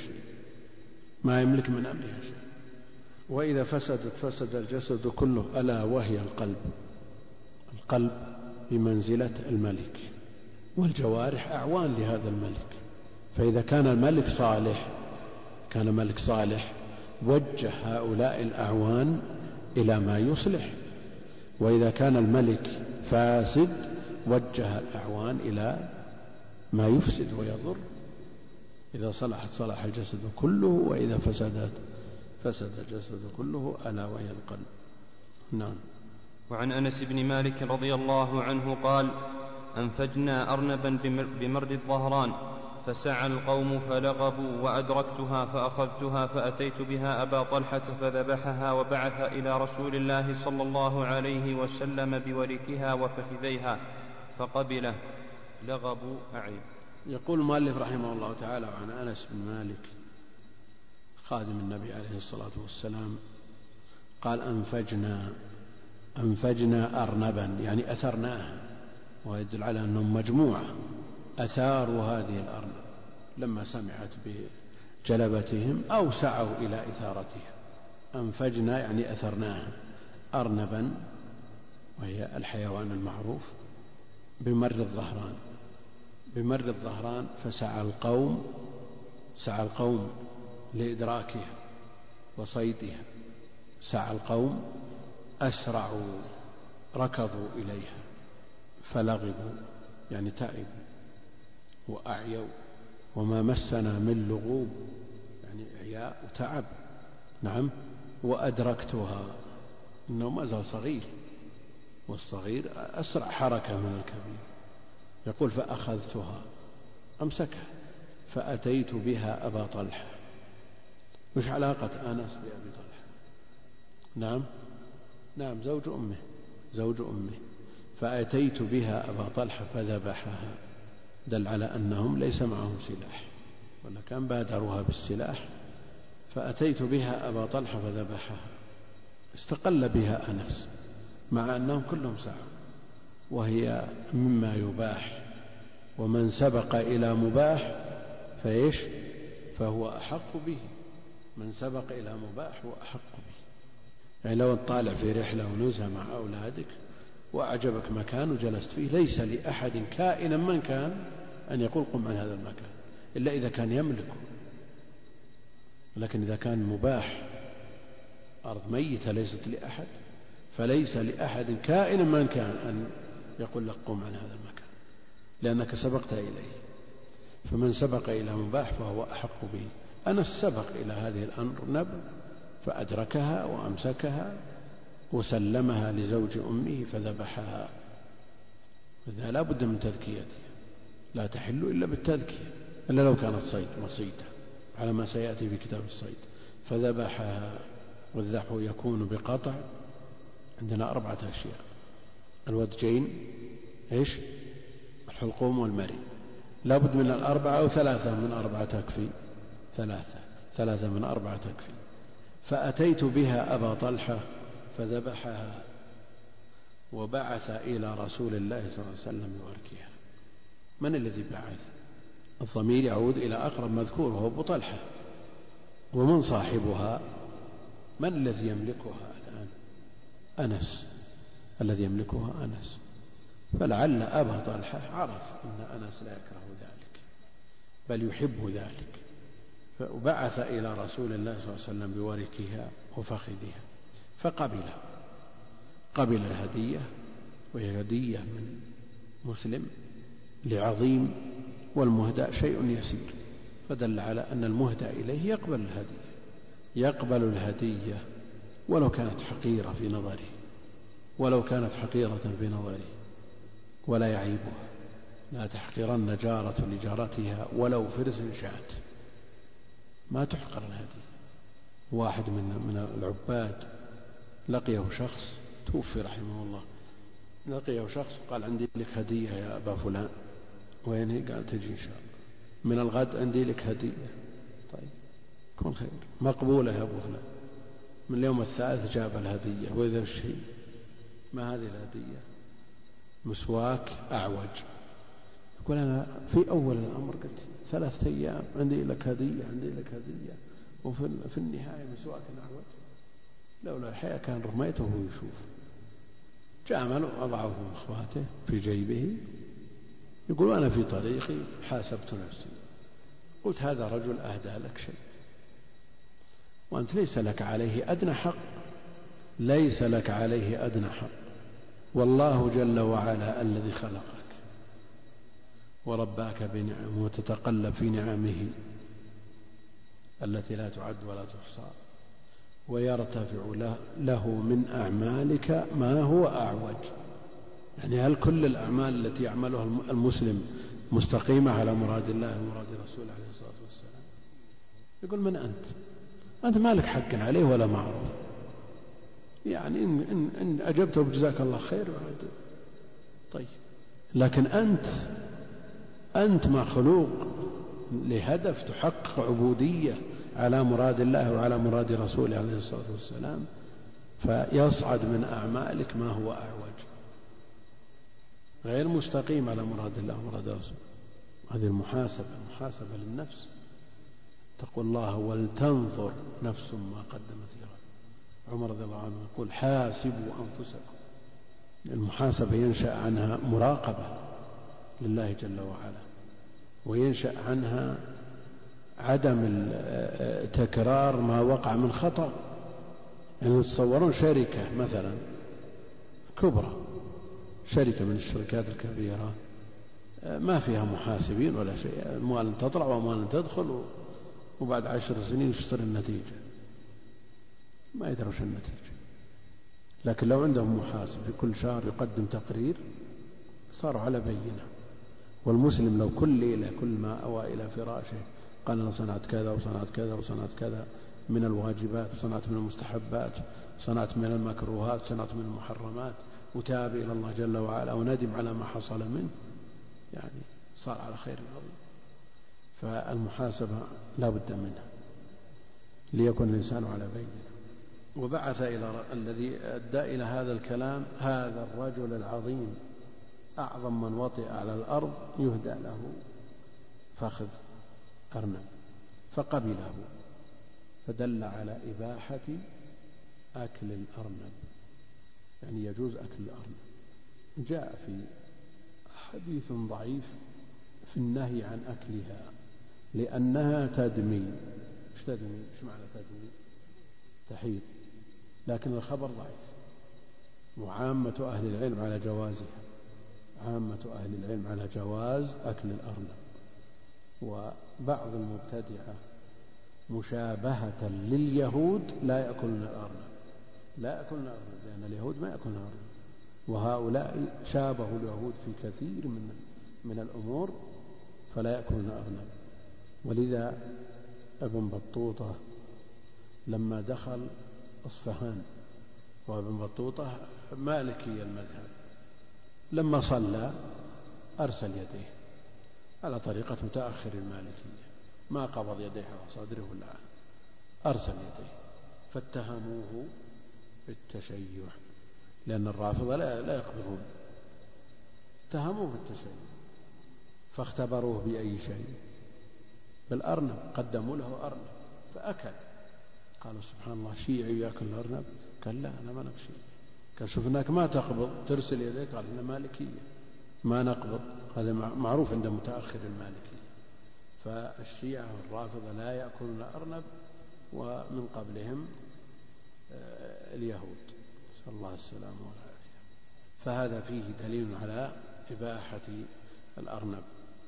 ما يملك من أمرها شيء. وإذا فسدت فسد الجسد كله ألا وهي القلب. القلب بمنزلة الملك، والجوارح أعوان لهذا الملك. فإذا كان الملك صالح كان ملك صالح وجه هؤلاء الأعوان إلى ما يصلح، وإذا كان الملك فاسد وجه الأعوان إلى ما يفسد ويضر. إذا صلحت صلح الجسد كله، وإذا فسدت فسد الجسد كله ألا وهي القلب. نعم. وعن أنس بن مالك رضي الله عنه قال: أنفجنا أرنبا بمرد الظهران فسعى القوم فلغبوا، وأدركتها فأخذتها فأتيت بها أبا طلحة فذبحها وبعث إلى رسول الله صلى الله عليه وسلم بوركها وفخذيها فقبله. لغبوا أعيب. يقول المؤلف رحمه الله تعالى عن أنس بن مالك خادم النبي عليه الصلاة والسلام قال: أنفجنا أنفجنا أرنبا، يعني أثرناها، ويدل على أنهم مجموعة أثاروا هذه الأرنب لما سمعت بجلبتهم أو سعوا إلى إثارتها. أنفجنا يعني أثرناها أرنبا، وهي الحيوان المعروف، بمر الظهران بمر الظهران فسعى القوم سعى القوم لإدراكها وصيدها. سعى القوم أسرعوا ركضوا إليها، فلغبوا يعني تعبوا وأعيوا، وما مسنا من لغوب يعني إعياء وتعب. نعم. وأدركتها، إنه ما زال صغير، والصغير أسرع حركة من الكبير. يقول: فأخذتها أمسكها فأتيت بها أبا طلحة. مش علاقة أنس بأبي طلحة؟ نعم نعم زوج أمه زوج أمه. فأتيت بها أبا طلحة فذبحها، دل على أنهم ليس معهم سلاح، ولا كان بادروها بالسلاح. فأتيت بها أبا طلحة فذبحها، استقل بها أنس مع أنهم كلهم سعوا، وهي مما يباح، ومن سبق إلى مباح فإيش فهو أحق به، من سبق إلى مباح هو أحق به. يعني لو طالع في رحلة ونزهة مع أولادك وأعجبك مكان وجلست فيه، ليس لأحد كائنا من كان أن يقول قم عن هذا المكان إلا إذا كان يملكه، لكن إذا كان مباح أرض ميتة ليست لأحد، فليس لأحد كائنا من كان أن يقول لك قم عن هذا المكان لأنك سبقت إليه. فمن سبق إلى مباح فهو أحق به. أنا سبق إلى هذه الأمر نبل فأدركها وأمسكها وسلمها لزوج أمه فذبحها. إذا لا بد من تذكيتها، لا تحل إلا بالتذكية، إلا لو كانت صيد مصيدة على ما سيأتي في كتاب الصيد. فذبحها، والذبح يكون بقطع. عندنا أربعة أشياء: الودجين، إيش؟ الحلقوم والمري. لا بد من الأربعة أو ثلاثة من أربعة تكفي، ثلاثة ثلاثة من أربعة تكفي. فأتيت بها أبا طلحة فذبحها وبعث إلى رسول الله صلى الله عليه وسلم يوركها. من الذي بعث؟ الضمير يعود إلى أقرب مذكور وهو أبو طلحة. ومن صاحبها؟ من الذي يملكها الآن؟ أنس، الذي يملكها أنس. فلعل أبا طلحة عرف أن أنس لا يكره ذلك بل يحب ذلك، فبعث إلى رسول الله صلى الله عليه وسلم بوركها وفخذها فقبل قبل الهدية، وهي هدية من مسلم لعظيم، والمهدى شيء يسير، فدل على أن المهدى إليه يقبل الهدية يقبل الهدية ولو كانت حقيرة في نظره ولو كانت حقيرة في نظره ولا يعيبها. لا تحقرن جارة لجارتها ولو فرس شات، ما تحقر الهدية. واحد من من العباد لقيه شخص توفي رحمه الله، لقيه شخص قال عندي لك هدية يا أبا فلان. وين هي؟ قال تجي إن شاء الله من الغد، عندي لك هدية. طيب كن خير، مقبولة يا أبو فلان. من اليوم الثالث جاب الهدية، وإذا الشيء ما هذه الهدية؟ مسواك أعوج. يقول أنا في أول الأمر قلت ثلاثة أيام عندي لك هدية عندي لك هدية، وفي في النهاية مسواك أعوج. لولا الحياة كان رميته وهو يشوف. جامل وضعه من أخواته في جيبه. يقول أنا في طريقي حاسبت نفسي، قلت هذا رجل أهدى لك شيء وأنت ليس لك عليه أدنى حق، ليس لك عليه أدنى حق. والله جل وعلا الذي خلقك ورباك بنعمه وتتقلب في نعمه التي لا تعد ولا تحصى، ويرتفع له من أعمالك ما هو أعوج. يعني هل كل الأعمال التي يعملها المسلم مستقيمة على مراد الله ومراد رسوله عليه الصلاة والسلام؟ يقول من أنت؟ أنت مالك حق عليه ولا معروف. يعني إن, إن, إن أجبته بجزاك الله خير طيب، لكن أنت أنت مخلوق لهدف تحقق عبودية على مراد الله وعلى مراد رسوله عليه الصلاة والسلام، فيصعد من أعمالك ما هو أعوج غير مستقيم على مراد الله ومراد رسوله. هذه المحاسبة محاسبة للنفس. تقول الله ولتنظر نفس ما قدمت لغد. عمر رضي الله عنه يقول حاسبوا أنفسكم. المحاسبة ينشأ عنها مراقبة لله جل وعلا، وينشأ عنها عدم تكرار ما وقع من خطأ. يعني تصورون شركة مثلا كبرى، شركة من الشركات الكبيرة ما فيها محاسبين ولا شيء، أموال تطلع وأموال تدخل، وبعد عشر سنين يشتري النتيجة ما يدرون النتيجة. لكن لو عندهم محاسب في كل شهر يقدم تقرير صاروا على بينة. والمسلم لو كل ليلة كل ما أوى إلى فراشه قال أنا صنعت كذا وصنعت كذا وصنعت كذا من الواجبات، صنعت من المستحبات، صنعت من المكروهات، صنعت من المحرمات، وتاب إلى الله جل وعلا وندم على ما حصل منه، يعني صار على خير عظيم. فالمحاسبة لا بد منها ليكن الإنسان على بينه. وبعث إلى الذي أدى إلى هذا الكلام هذا الرجل العظيم أعظم من وطئ على الأرض يهدى له فخذ أرنب، فقبله، فدل على إباحة أكل الأرنب، يعني يجوز أكل الأرنب. جاء في حديث ضعيف في النهي عن أكلها لأنها تدمي. ايش تدمي؟ ايش معنى تدمي؟ تحيض، لكن الخبر ضعيف. وعامة أهل العلم على جوازها، عامة أهل العلم على جواز أكل الأرنب. وبعض المبتدعة مشابهة لليهود لا يأكلون الأرنب، لا يأكلون الأرنب لأن اليهود ما يأكلون الأرنب، وهؤلاء شابهوا اليهود في كثير من من الأمور فلا يأكلون الأرنب. ولذا ابن بطوطة لما دخل أصفهان، وابن بطوطة مالكي المذهب، لما صلى أرسل يديه على طريقة متأخر المالكية، ما قبض يديه على صدره ولا أرسل يديه، فاتهموه بالتشيع، لأن الرافضة لا, لا يقبضون، اتهموه بالتشيع، فاختبروه بأي شيء؟ بالأرنب، قدموا له أرنب فأكل. قالوا سبحان الله شيعي يأكل الأرنب؟ قال لا أنا ما نكشي. قال شوفناك ما تقبض ترسل يديك، قال إننا مالكية ما نقبض، هذا معروف عند متأخر المالكية. فالشيعة والرافضة لا يأكلون الأرنب، ومن قبلهم اليهود، نسأل الله السلامة والعافية. فهذا فيه دليل على إباحة الأرنب.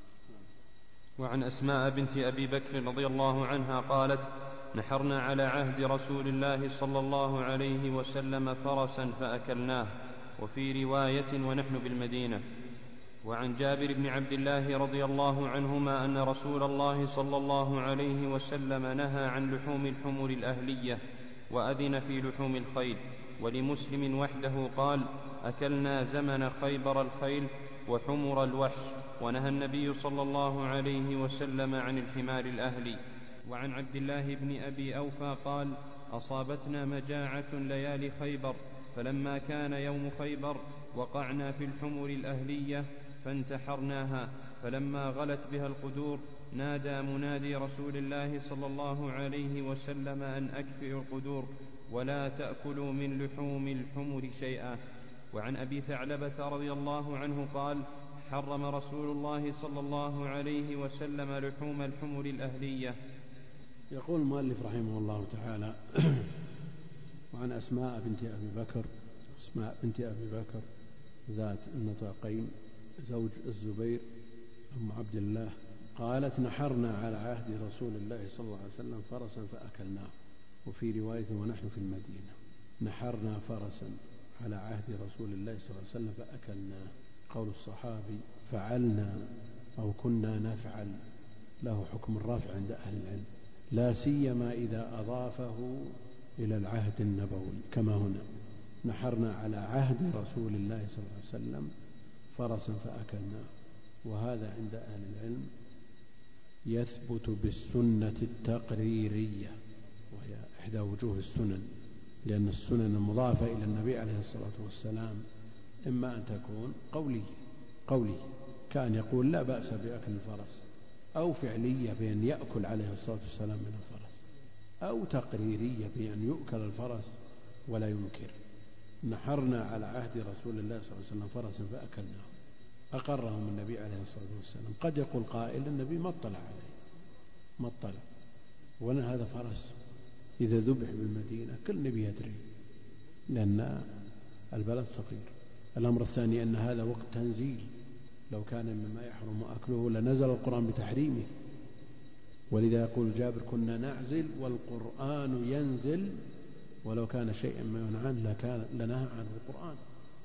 وعن أسماء بنت أبي بكر رضي الله عنها قالت: نحرنا على عهد رسول الله صلى الله عليه وسلم فرسا فأكلناه، وفي رواية ونحن بالمدينة. وعن جابر بن عبد الله رضي الله عنهما أن رسول الله صلى الله عليه وسلم نهى عن لحوم الحمر الأهلية وأذن في لحوم الخيل. ولمسلم وحده قال: أكلنا زمن خيبر الخيل وحمر الوحش، ونهى النبي صلى الله عليه وسلم عن الحمار الأهلي. وعن عبد الله بن أبي أوفى قال: أصابتنا مجاعة ليالي خيبر، فلما كان يوم خيبر وقعنا في الحمر الأهلية فانتحرناها، فلما غلت بها القدور نادى منادي رسول الله صلى الله عليه وسلم أن أكفئوا القدور ولا تأكلوا من لحوم الحمر شيئا. وعن أبي ثعلبة رضي الله عنه قال: حرم رسول الله صلى الله عليه وسلم لحوم الحمر الأهلية. يقول المؤلف رحمه الله تعالى: وعن أسماء بنت أبي بكر، أسماء بنت أبي بكر ذات النطاقين زوج الزبير أم عبد الله، قالت: نحرنا على عهد رسول الله صلى الله عليه وسلم فرسا فأكلناه، وفي رواية ونحن في المدينة. نحرنا فرسا على عهد رسول الله صلى الله عليه وسلم فأكلناه. قول الصحابي فعلنا أو كنا نفعل له حكم الرفع عند أهل العلم، لا سيما إذا أضافه إلى العهد النبوي كما هنا: نحرنا على عهد رسول الله صلى الله عليه وسلم فرسا فأكلناه. وهذا عند أهل العلم يثبت بالسنة التقريرية، وهي إحدى وجوه السنن، لأن السنن المضافة إلى النبي عليه الصلاة والسلام إما أن تكون قولية قولي كان يقول لا بأس بأكل الفرس، أو فعلية بأن يأكل عليه الصلاة والسلام من الفرس، أو تقريرية بأن يؤكل الفرس ولا ينكر. نحرنا على عهد رسول الله صلى الله عليه وسلم فرسا فأكلناه، أقرهم النبي عليه الصلاة والسلام. قد يقول قائل النبي ما اطلع عليه، ما اطلع، وأن هذا فرس إذا ذبح بالمدينة كل نبي يدري، لأن البلد صغير. الأمر الثاني أن هذا وقت تنزيل، لو كان مما يحرم أكله لنزل القرآن بتحريمه، ولذا يقول جابر: كنا نعزل والقرآن ينزل، ولو كان شيئا ما ينهى عنه لكان لنهى عنه القرآن.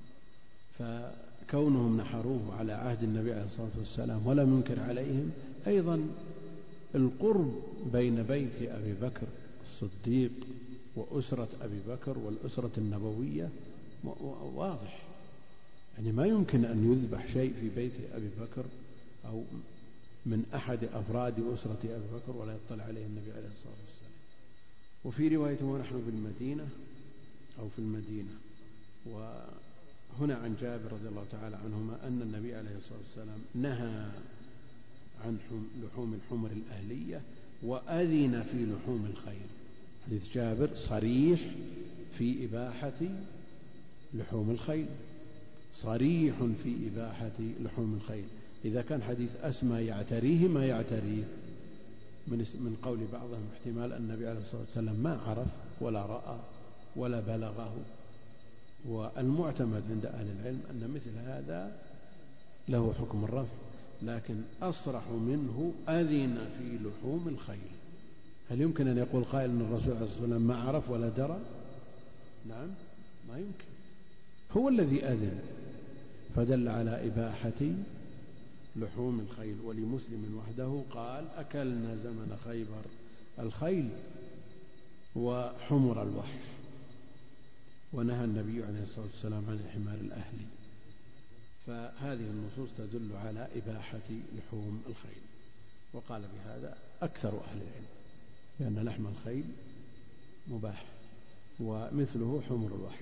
فكونهم نحروه على عهد النبي عليه الصلاة والسلام ولم ينكر عليهم، أيضا القرب بين بيت أبي بكر الصديق وأسرة أبي بكر والأسرة النبوية واضح، يعني ما يمكن أن يذبح شيء في بيت أبي بكر أو من أحد أفراد أسرة أبي بكر ولا يطلع عليه النبي عليه الصلاة والسلام. وفي رواية ونحن بالمدينة أو في المدينة. وهنا عن جابر رضي الله تعالى عنهما أن النبي عليه الصلاة والسلام نهى عن لحوم الحمر الأهلية وأذن في لحوم الخيل. حديث جابر صريح في إباحة لحوم الخيل، صريح في إباحة لحوم الخيل. إذا كان حديث أسمى يعتريه ما يعتريه من قول بعضهم احتمال أن النبي عليه الصلاة والسلام ما عرف ولا رأى ولا بلغه. والمعتمد عند أهل العلم أن مثل هذا له حكم الرفع، لكن أصرح منه أذن في لحوم الخيل. هل يمكن أن يقول قائل أن الرسول عليه الصلاة والسلام ما عرف ولا درى؟ نعم ما يمكن، هو الذي أذن، فدل على إباحة لحوم الخيل. ولمسلم وحده قال أكلنا زمن خيبر الخيل وحمر الوحش، ونهى النبي عليه الصلاة والسلام عن الحمار الأهلي. فهذه النصوص تدل على إباحة لحوم الخيل، وقال بهذا أكثر أهل العلم، لأن لحم الخيل مباح ومثله حمر الوحش.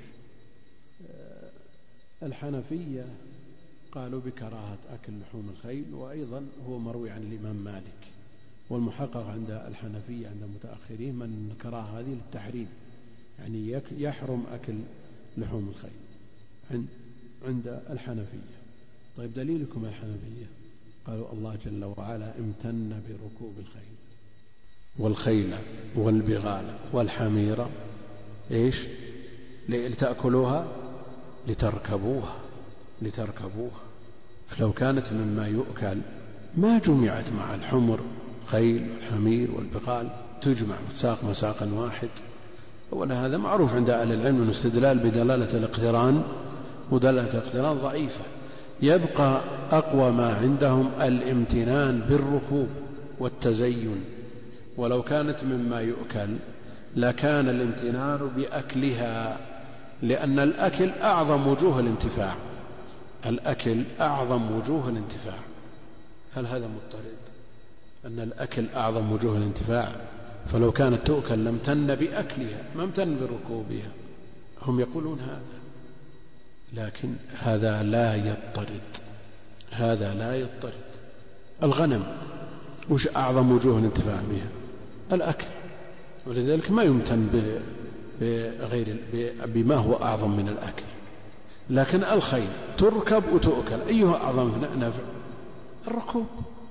الحنفية قالوا بكراهة أكل لحوم الخيل، وأيضا هو مروي عن الإمام مالك، والمحقق عند الحنفية عند المتأخرين من الكراهة هذه للتحريم، يعني يحرم أكل لحوم الخيل عند الحنفية. طيب دليلكم الحنفية؟ قالوا الله جل وعلا امتن بركوب الخيل والخيل والبغال والحمير إيش؟ لتأكلوها لتركبوها لتركبوها فلو كانت مما يؤكل ما جمعت مع الحمر خيل والحمير والبغال، تجمع وتساق مساقا واحد. ولا هذا معروف عند أهل العلم من استدلال بدلالة الاقتران، ودلالة الاقتران ضعيفة. يبقى أقوى ما عندهم الامتنان بالركوب والتزين، ولو كانت مما يؤكل لكان الامتنان بأكلها، لأن الأكل أعظم وجوه الانتفاع، الأكل أعظم وجوه الانتفاع. هل هذا مضطرد أن الأكل أعظم وجوه الانتفاع؟ فلو كانت تؤكل لامتن بأكلها ما امتن بركوبها. هم يقولون هذا، لكن هذا لا يضطرد، هذا لا يضطرد. الغنم وش أعظم وجوه الانتفاع بها؟ الأكل، ولذلك ما يمتن بغير بما هو أعظم من الأكل. لكن الخيل تركب وتؤكل، أيها أعظم نفع؟ الركوب،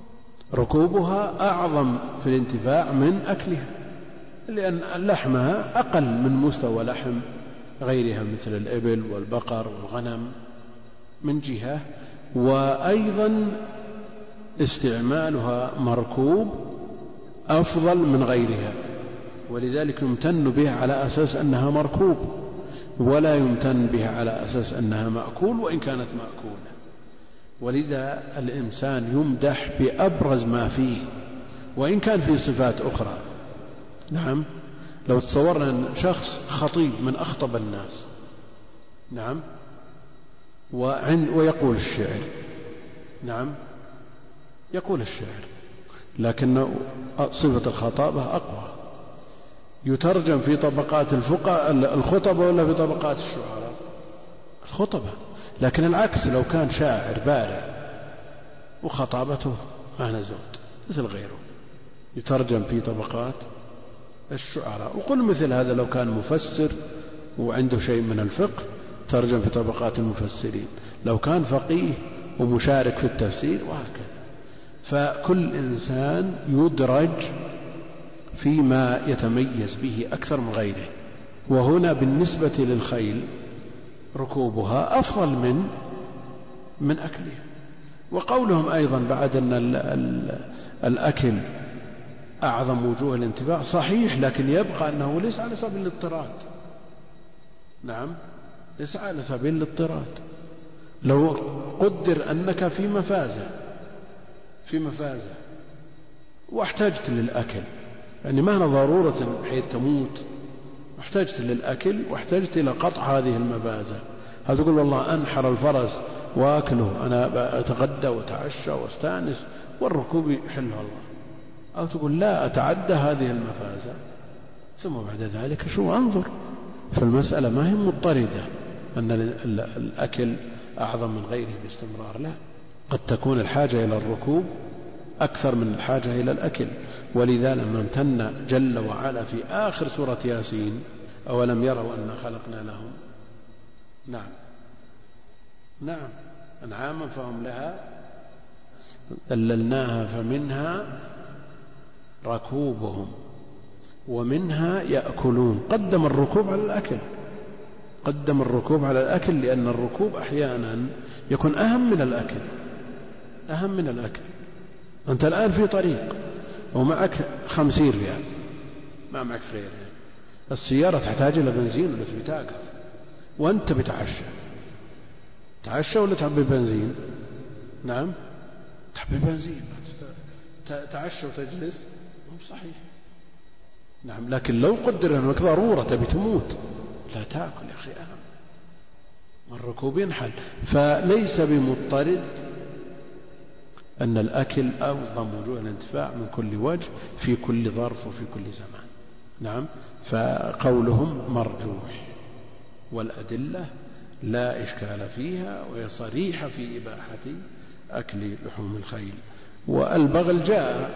ركوبها أعظم في الانتفاع من أكلها، لأن لحمها أقل من مستوى لحم غيرها مثل الإبل والبقر والغنم من جهة، وأيضا استعمالها مركوب أفضل من غيرها، ولذلك يمتن بها على أساس أنها مركوب، ولا يمتن بها على أساس أنها مأكول وإن كانت مأكولة. ولذا الإنسان يمدح بأبرز ما فيه وإن كان فيه صفات أخرى. نعم، لو تصورنا شخص خطيب من أخطب الناس، نعم، ويقول الشعر، نعم يقول الشعر، لكن صفة الخطابة أقوى، يترجم في طبقات الفقهاء الخطبة ولا في طبقات الشعراء؟ الخطبة. لكن العكس، لو كان شاعر بارع وخطابته آنذاك مثل غيره يترجم في طبقات الشعراء. وقل مثل هذا لو كان مفسر وعنده شيء من الفقه ترجم في طبقات المفسرين، لو كان فقيه ومشارك في التفسير، وهكذا. فكل إنسان يدرج فيما يتميز به أكثر من غيره. وهنا بالنسبة للخيل ركوبها أفضل من من أكلها. وقولهم أيضا بعد أن الأكل أعظم وجوه الانتفاع صحيح، لكن يبقى أنه ليس على سبيل الاضطراد. نعم، ليس على سبيل الاضطراد. لو قدر أنك في مفازة في مفازة واحتجت للأكل يعني ما هنا ضرورة بحيث تموت، احتجت للأكل واحتجت إلى قطع هذه المبازة. هذا تقول والله أنحر الفرس وأكله، أنا أتغدى وأتعشى واستأنس والركوب يحلها الله. أو تقول لا أتعدى هذه المفازة ثم بعد ذلك شو أنظر. فالمسألة ما هي مضطردة أن الأكل أعظم من غيره باستمرار، لا، قد تكون الحاجة إلى الركوب أكثر من الحاجة إلى الأكل. ولذا لما امتن جل وعلا في آخر سورة ياسين أولم يروا أنا خلقنا لهم نعم نعم أنعاما فهم لها ذللناها فمنها ركوبهم ومنها يأكلون. قدم الركوب على الأكل، قدم الركوب على الأكل لأن الركوب أحيانا يكون أهم من الأكل، أهم من الأكل. أنت الآن في طريق ومعك خمسين ريال، ما معك غير، السيارة تحتاج إلى بنزين ولا بتاقف وأنت بتعشى، تعشى ولا تعبي بنزين؟ نعم تعبي بنزين، تعشى وتجلس مو صحيح. نعم، لكن لو قدر أنك ضرورة تبي تموت لا تأكل يا أخي، أهم الركوب ينحل. فليس بمضطرد أن الأكل أعظم وجوه الانتفاع من كل وجه في كل ظرف وفي كل زمان. نعم، فقولهم مرجوح والأدلة لا إشكال فيها وهي صريحة في إباحة أكل لحوم الخيل. والبغل جاء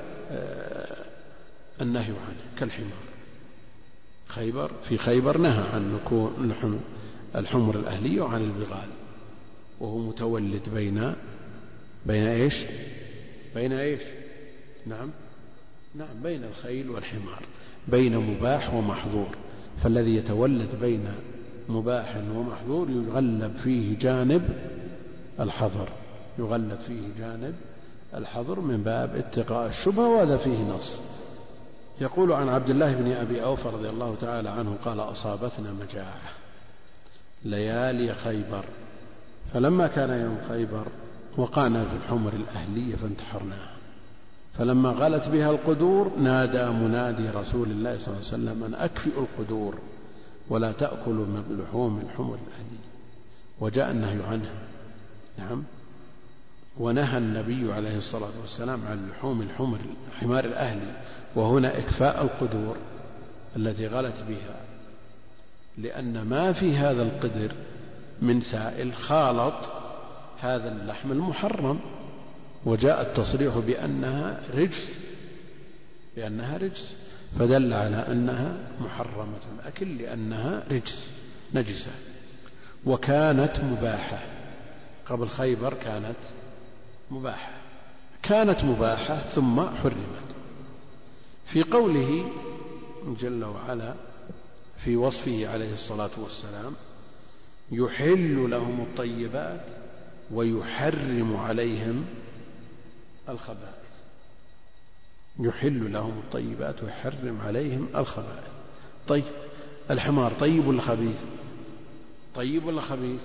النهي عنه كالحمار، خيبر في خيبر نهى عن لحوم الحمر الأهلية وعن البغال، وهو متولد بين بين إيش بين إيش نعم نعم بين الخيل والحمار، بين مباح ومحظور. فالذي يتولد بين مباح ومحظور يغلب فيه جانب الحظر، يغلب فيه جانب الحظر من باب اتقاء الشبهة، وهذا فيه نص. يقول عن عبد الله بن أبي أوفى رضي الله تعالى عنه قال أصابتنا مجاعة ليالي خيبر، فلما كان يوم خيبر وقعنا في الحمر الأهلية فانتحرناها، فلما غلت بها القدور نادى منادي رسول الله صلى الله عليه وسلم أن أكفئوا القدور ولا تأكلوا من لحوم الحمر الأهلية، وجاء النهي عنها. نعم، ونهى النبي عليه الصلاة والسلام عن لحوم الحمر الحمار الأهلي، وهنا إكفاء القدور التي غلت بها، لأن ما في هذا القدر من سائل خالط هذا اللحم المحرم، وجاء التصريح بأنها رجس بأنها رجس فدل على أنها محرمة الأكل لأنها رجس نجسة. وكانت مباحة قبل خيبر، كانت مباحة كانت مباحة ثم حرمت. في قوله جل وعلا في وصفه عليه الصلاة والسلام يحل لهم الطيبات ويحرم عليهم الخبائث، يحل لهم الطيبات ويحرم عليهم الخبائث. طيب الحمار طيب ولا خبيث؟ طيب ولا خبيث؟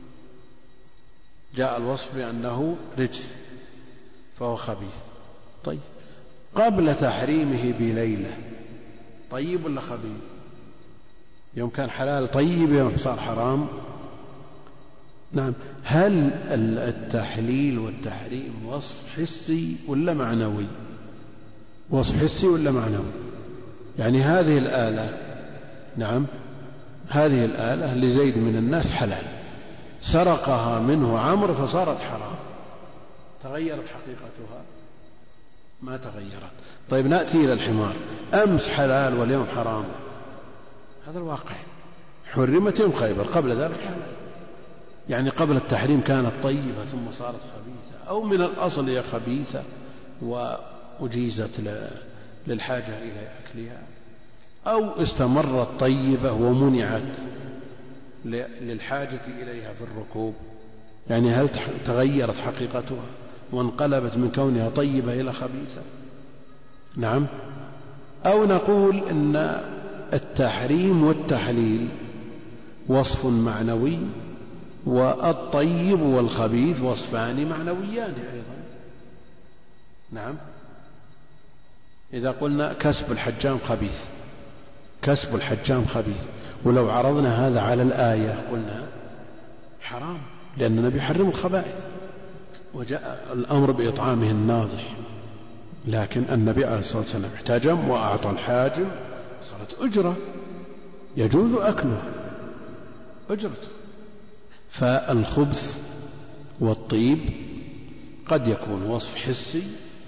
جاء الوصف بأنه رجس فهو خبيث. طيب قبل تحريمه بليلة طيب ولا خبيث؟ يوم كان حلال طيب، يوم صار حرام. نعم، هل التحليل والتحريم وصف حسي ولا معنوي؟ وصف حسي ولا معنوي؟ يعني هذه الآلة، نعم هذه الآلة لزيد من الناس حلال، سرقها منه عمرو فصارت حرام، تغيرت حقيقتها؟ ما تغيرت. طيب نأتي إلى الحمار، أمس حلال واليوم حرام، هذا الواقع. حرمت يوم خيبر، قبل ذلك حلال، يعني قبل التحريم كانت طيبة ثم صارت خبيثة، أو من الأصل هي خبيثة وأجيزت للحاجة إلى أكلها، أو استمرت طيبة ومنعت للحاجة إليها في الركوب. يعني هل تغيرت حقيقتها وانقلبت من كونها طيبة إلى خبيثة؟ نعم. أو نقول إن التحريم والتحليل وصف معنوي، والطيب والخبيث وصفان معنويان أيضا. نعم. إذا قلنا كسب الحجام خبيث، كسب الحجام خبيث، ولو عرضنا هذا على الآية قلنا حرام، لأن النبي يحرم الخبائث وجاء الأمر بإطعامه الناضح، لكن النبي عليه الصلاة والسلام احتجم وأعطى الحاجم، صارت أجرة يجوز أكله أجرته. فالخبث والطيب قد يكون وصف حسي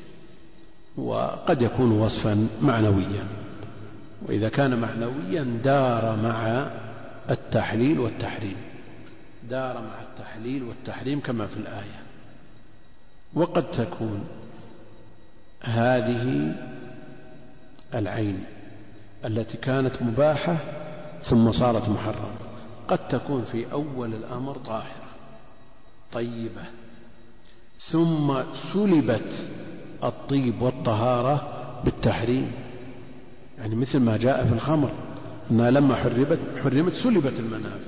وقد يكون وصفا معنويا، وإذا كان معنويا دار مع التحليل والتحريم، دار مع التحليل والتحريم كما في الآية. وقد تكون هذه العين التي كانت مباحة ثم صارت محرمة قد تكون في أول الأمر طاهرة طيبة، ثم سلبت الطيب والطهارة بالتحريم، يعني مثل ما جاء في الخمر أنها لما حرمت حرمت سلبت المنافع،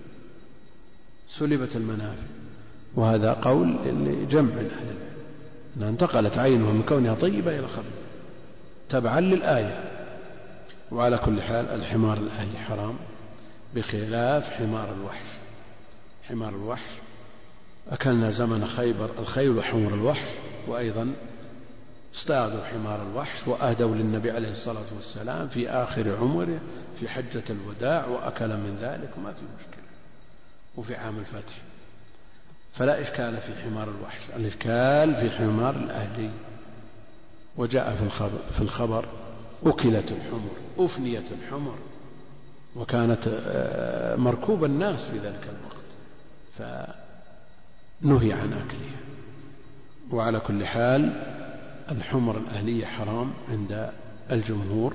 سلبت المنافع. وهذا قول لجمع من أهل العلم أنها انتقلت عينها من كونها طيبة إلى خبيث تبعا للآية. وعلى كل حال الحمار الأهلي حرام بخلاف حمار الوحش. حمار الوحش أكلنا زمن خيبر الخيل وحمر الوحش، وأيضا اصطادوا حمار الوحش وأهدوا للنبي عليه الصلاة والسلام في آخر عمره في حجة الوداع وأكل من ذلك وما في مشكلة، وفي عام الفتح. فلا إشكال في حمار الوحش، الإشكال في حمار الأهلي. وجاء في الخبر, في الخبر أكلت الحمر، أفنيت الحمر، وكانت مركوب الناس في ذلك الوقت فنهي عن أكلها. وعلى كل حال الحمر الأهلية حرام عند الجمهور،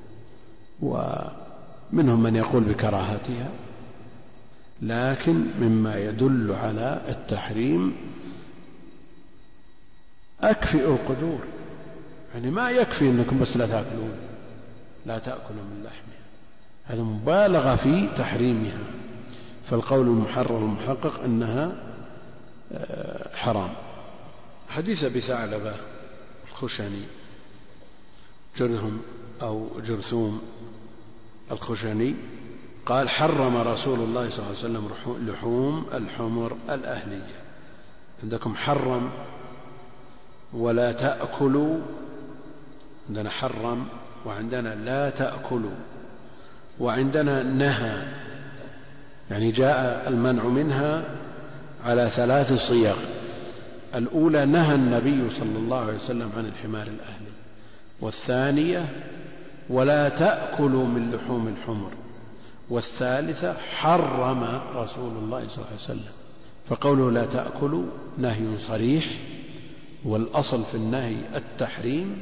ومنهم من يقول بكراهتها، لكن مما يدل على التحريم أكفئوا القدور، يعني ما يكفي أنكم بس لا تأكلون لا تأكلوا من لحمها، هذا مبالغة في تحريمها. فالقول المحرر المحقق أنها حرام. حديث أبي ثعلبة الخشني جرهم أو جرثوم الخشني قال حرم رسول الله صلى الله عليه وسلم لحوم الحمر الأهلية. عندكم حرم ولا تأكلوا، عندنا حرم وعندنا لا تأكلوا، وعندنا نهى، يعني جاء المنع منها على ثلاث صيغ. الأولى نهى النبي صلى الله عليه وسلم عن الحمار الأهلي، والثانية ولا تأكلوا من لحوم الحمر، والثالثة حرم رسول الله صلى الله عليه وسلم. فقوله لا تأكلوا نهي صريح، والأصل في النهي التحريم،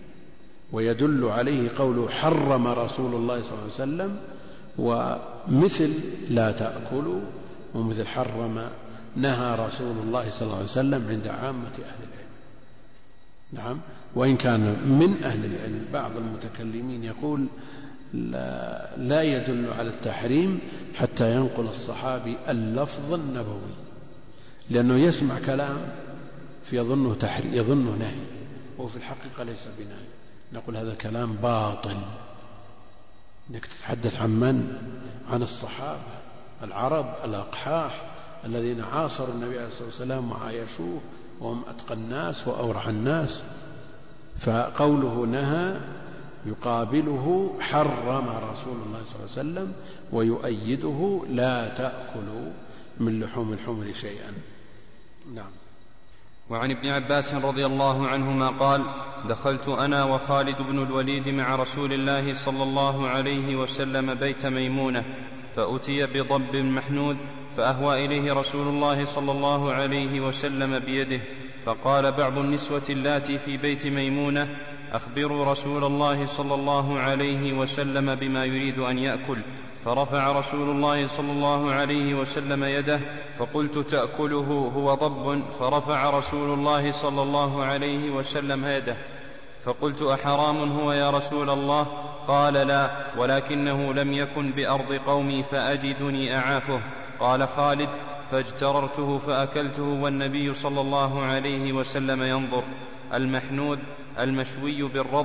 ويدل عليه قوله حرم رسول الله صلى الله عليه وسلم، ومثل لا تأكلوا ومثل حرم نهى رسول الله صلى الله عليه وسلم عند عامة أهل العلم. نعم، وإن كان من أهل العلم بعض المتكلمين يقول لا, لا يدل على التحريم حتى ينقل الصحابي اللفظ النبوي، لأنه يسمع كلام فيظنه تحريم يظنه نهي وفي الحقيقة ليس بنهي. نقول هذا كلام باطل. انك تتحدث عن من؟ عن الصحابة العرب الأقحاح الذين عاصروا النبي عليه الصلاة والسلام وعايشوه وهم أتقى الناس وأورع الناس. فقوله نهى يقابله حرم رسول الله صلى الله عليه وسلم، ويؤيده لا تأكلوا من لحوم الحمر شيئا. نعم. وعن ابن عباس رضي الله عنهما قال دخلت أنا وخالد بن الوليد مع رسول الله صلى الله عليه وسلم بيت ميمونة، فأتي بضب محنوذ، فأهوى إليه رسول الله صلى الله عليه وسلم بيده، فقال بعض النسوة اللاتي في بيت ميمونة أخبروا رسول الله صلى الله عليه وسلم بما يريد أن يأكل. فرفع رسول الله صلى الله عليه وسلم يده، فقلت تأكله هو ضب؟ فرفع رسول الله صلى الله عليه وسلم يده، فقلت أحرام هو يا رسول الله؟ قال لا، ولكنه لم يكن بأرض قومي فأجدني أعافه. قال خالد فاجتررته فأكلته والنبي صلى الله عليه وسلم ينظر. المحنوذ المشوي بالرضف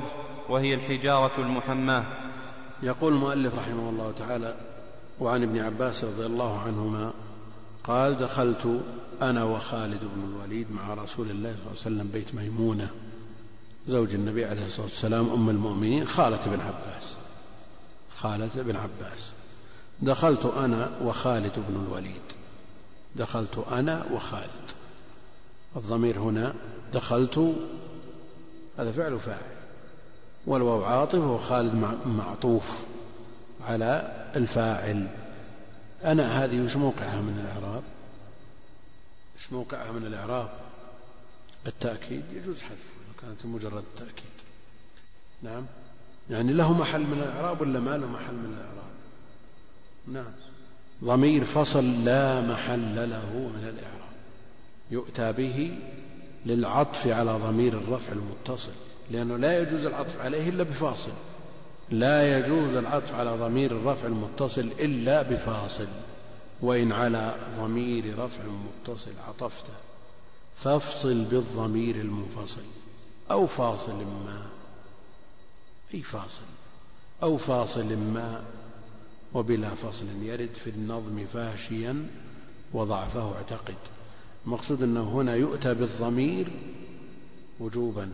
وهي الحجارة المحماة. يقول المؤلف رحمه الله تعالى: وعن ابن عباس رضي الله عنهما قال: دخلت أنا وخالد بن الوليد مع رسول الله صلى الله عليه وسلم بيت ميمونة زوج النبي عليه الصلاة والسلام أم المؤمنين خالة بن عباس خالة بن عباس دخلت أنا وخالد بن الوليد. دخلت أنا وخالد، الضمير هنا دخلت هذا فعل فاعل، والواو عاطف، وخالد معطوف على الفاعل. أنا هذه وش موقعها من الإعراب؟ وش موقعها من الإعراب؟ التأكيد يجوز حذفه لو كانت مجرد التأكيد. نعم، يعني له محل من الإعراب ولا ما له محل من الإعراب؟ نعم، ضمير فصل لا محل له من الإعراب، يؤتى به للعطف على ضمير الرفع المتصل، لأنه لا يجوز العطف عليه إلا بفاصل. لا يجوز العطف على ضمير الرفع المتصل إلا بفاصل. وإن على ضمير رفع متصل عطفته فافصل بالضمير المنفصل أو فاصل ما، أي فاصل أو فاصل ما، وبلا فصل يرد في النظم فاشيا وضعفه اعتقد. المقصود أنه هنا يؤتى بالضمير وجوبا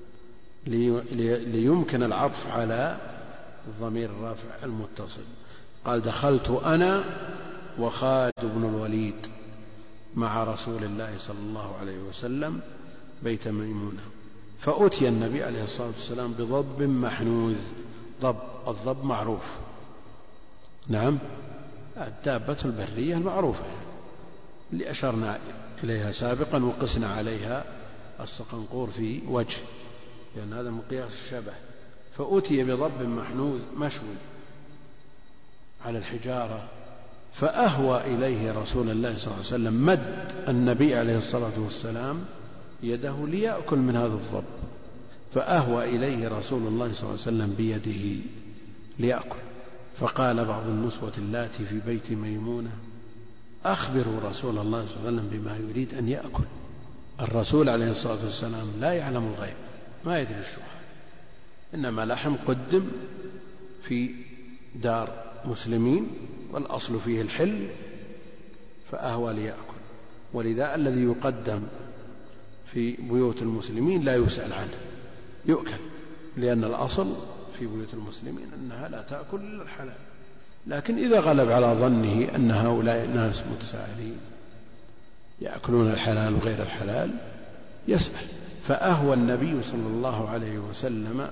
ليمكن العطف على الضمير الرافع المتصل. قال: دخلت أنا وخالد بن الوليد مع رسول الله صلى الله عليه وسلم بيت ميمونة، فأتي النبي عليه الصلاة والسلام بضب محنوذ. ضب، الضب معروف، نعم، الدابة البرية المعروفة اللي أشرنا إليها سابقا وقسنا عليها الصقنقور في وجه، لأن هذا مقياس الشبه. فأتي بضب محنوذ مشوي على الحجارة، فأهوى إليه رسول الله صلى الله عليه وسلم، مد النبي عليه الصلاة والسلام يده ليأكل من هذا الضب، فأهوى إليه رسول الله صلى الله عليه وسلم بيده ليأكل. فقال بعض النسوة اللاتي في بيت ميمونة: أخبروا رسول الله صلى الله عليه وسلم بما يريد أن يأكل. الرسول عليه الصلاة والسلام لا يعلم الغيب، ما يدري الشو هذا، إنما لحم قدم في دار مسلمين والأصل فيه الحل، فأهوى ليأكل. ولذا الذي يقدم في بيوت المسلمين لا يسأل عنه، يؤكل، لأن الأصل في بيوت المسلمين أنها لا تأكل إلا الحلال. لكن إذا غلب على ظنه أن هؤلاء الناس متساهلين يأكلون الحلال وغير الحلال يسأل. فأهوى النبي صلى الله عليه وسلم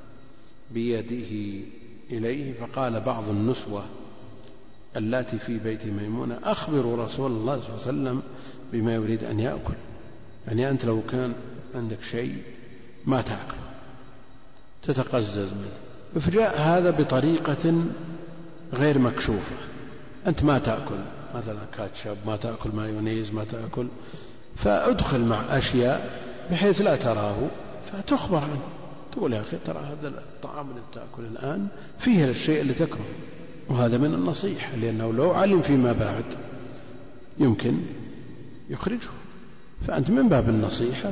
بيده إليه، فقال بعض النسوة اللاتي في بيت ميمونة: أخبروا رسول الله صلى الله عليه وسلم بما يريد أن يأكل. يعني أنت لو كان عندك شيء ما تأكل تتقزز منه، فجاء هذا بطريقة غير مكشوفة، أنت ما تأكل مثلا كاتشب، ما تأكل مايونيز، ما تأكل، فأدخل مع أشياء بحيث لا تراه فتخبر عنه، تقول: يا أخي ترى هذا الطعام اللي تأكل الآن فيه الشيء اللي تكره. وهذا من النصيحة، لأنه لو علم فيما بعد يمكن يخرجه، فأنت من باب النصيحة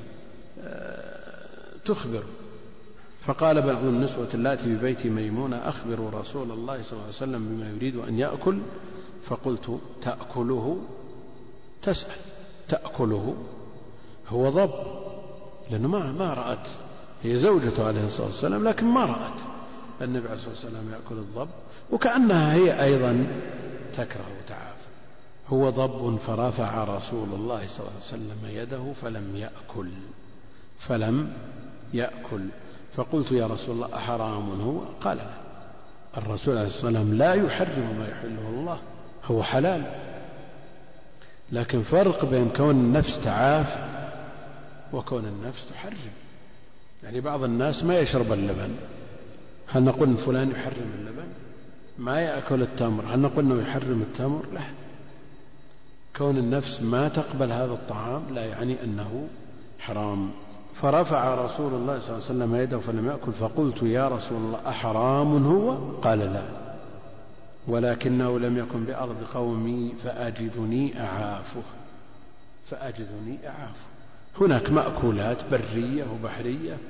تخبر. فقال بعض النسوة اللاتي في بيت ميمونة: أخبروا رسول الله صلى الله عليه وسلم بما يريد أن يأكل. فقلت: تأكله؟ تسأل تأكله؟ هو ضب، لأنه ما ما رأت، هي زوجته عليه الصلاة والسلام لكن ما رأت النبي عليه الصلاة والسلام يأكل الضب، وكأنها هي أيضا تكره تعافى. هو ضب. فرفع رسول الله صلى الله عليه وسلم يده فلم يأكل فلم يأكل فقلت: يا رسول الله أحرام هو؟ قال: لا. الرسول عليه الصلاة والسلام لا يحرم ما يحله الله، هو حلال، لكن فرق بين كون النفس تعاف وكون النفس تحرم. يعني بعض الناس ما يشرب اللبن، هل نقول إن فلان يحرم اللبن؟ ما يأكل التمر، هل نقول أنه يحرم التمر؟ لا. كون النفس ما تقبل هذا الطعام لا يعني أنه حرام. فرفع رسول الله صلى الله عليه وسلم يده فلم يأكل، فقلت: يا رسول الله أحرام هو؟ قال: لا، ولكنه لم يكن بأرض قومي فأجدني أعافه فأجدني أعافه. هناك مأكولات برية وبحرية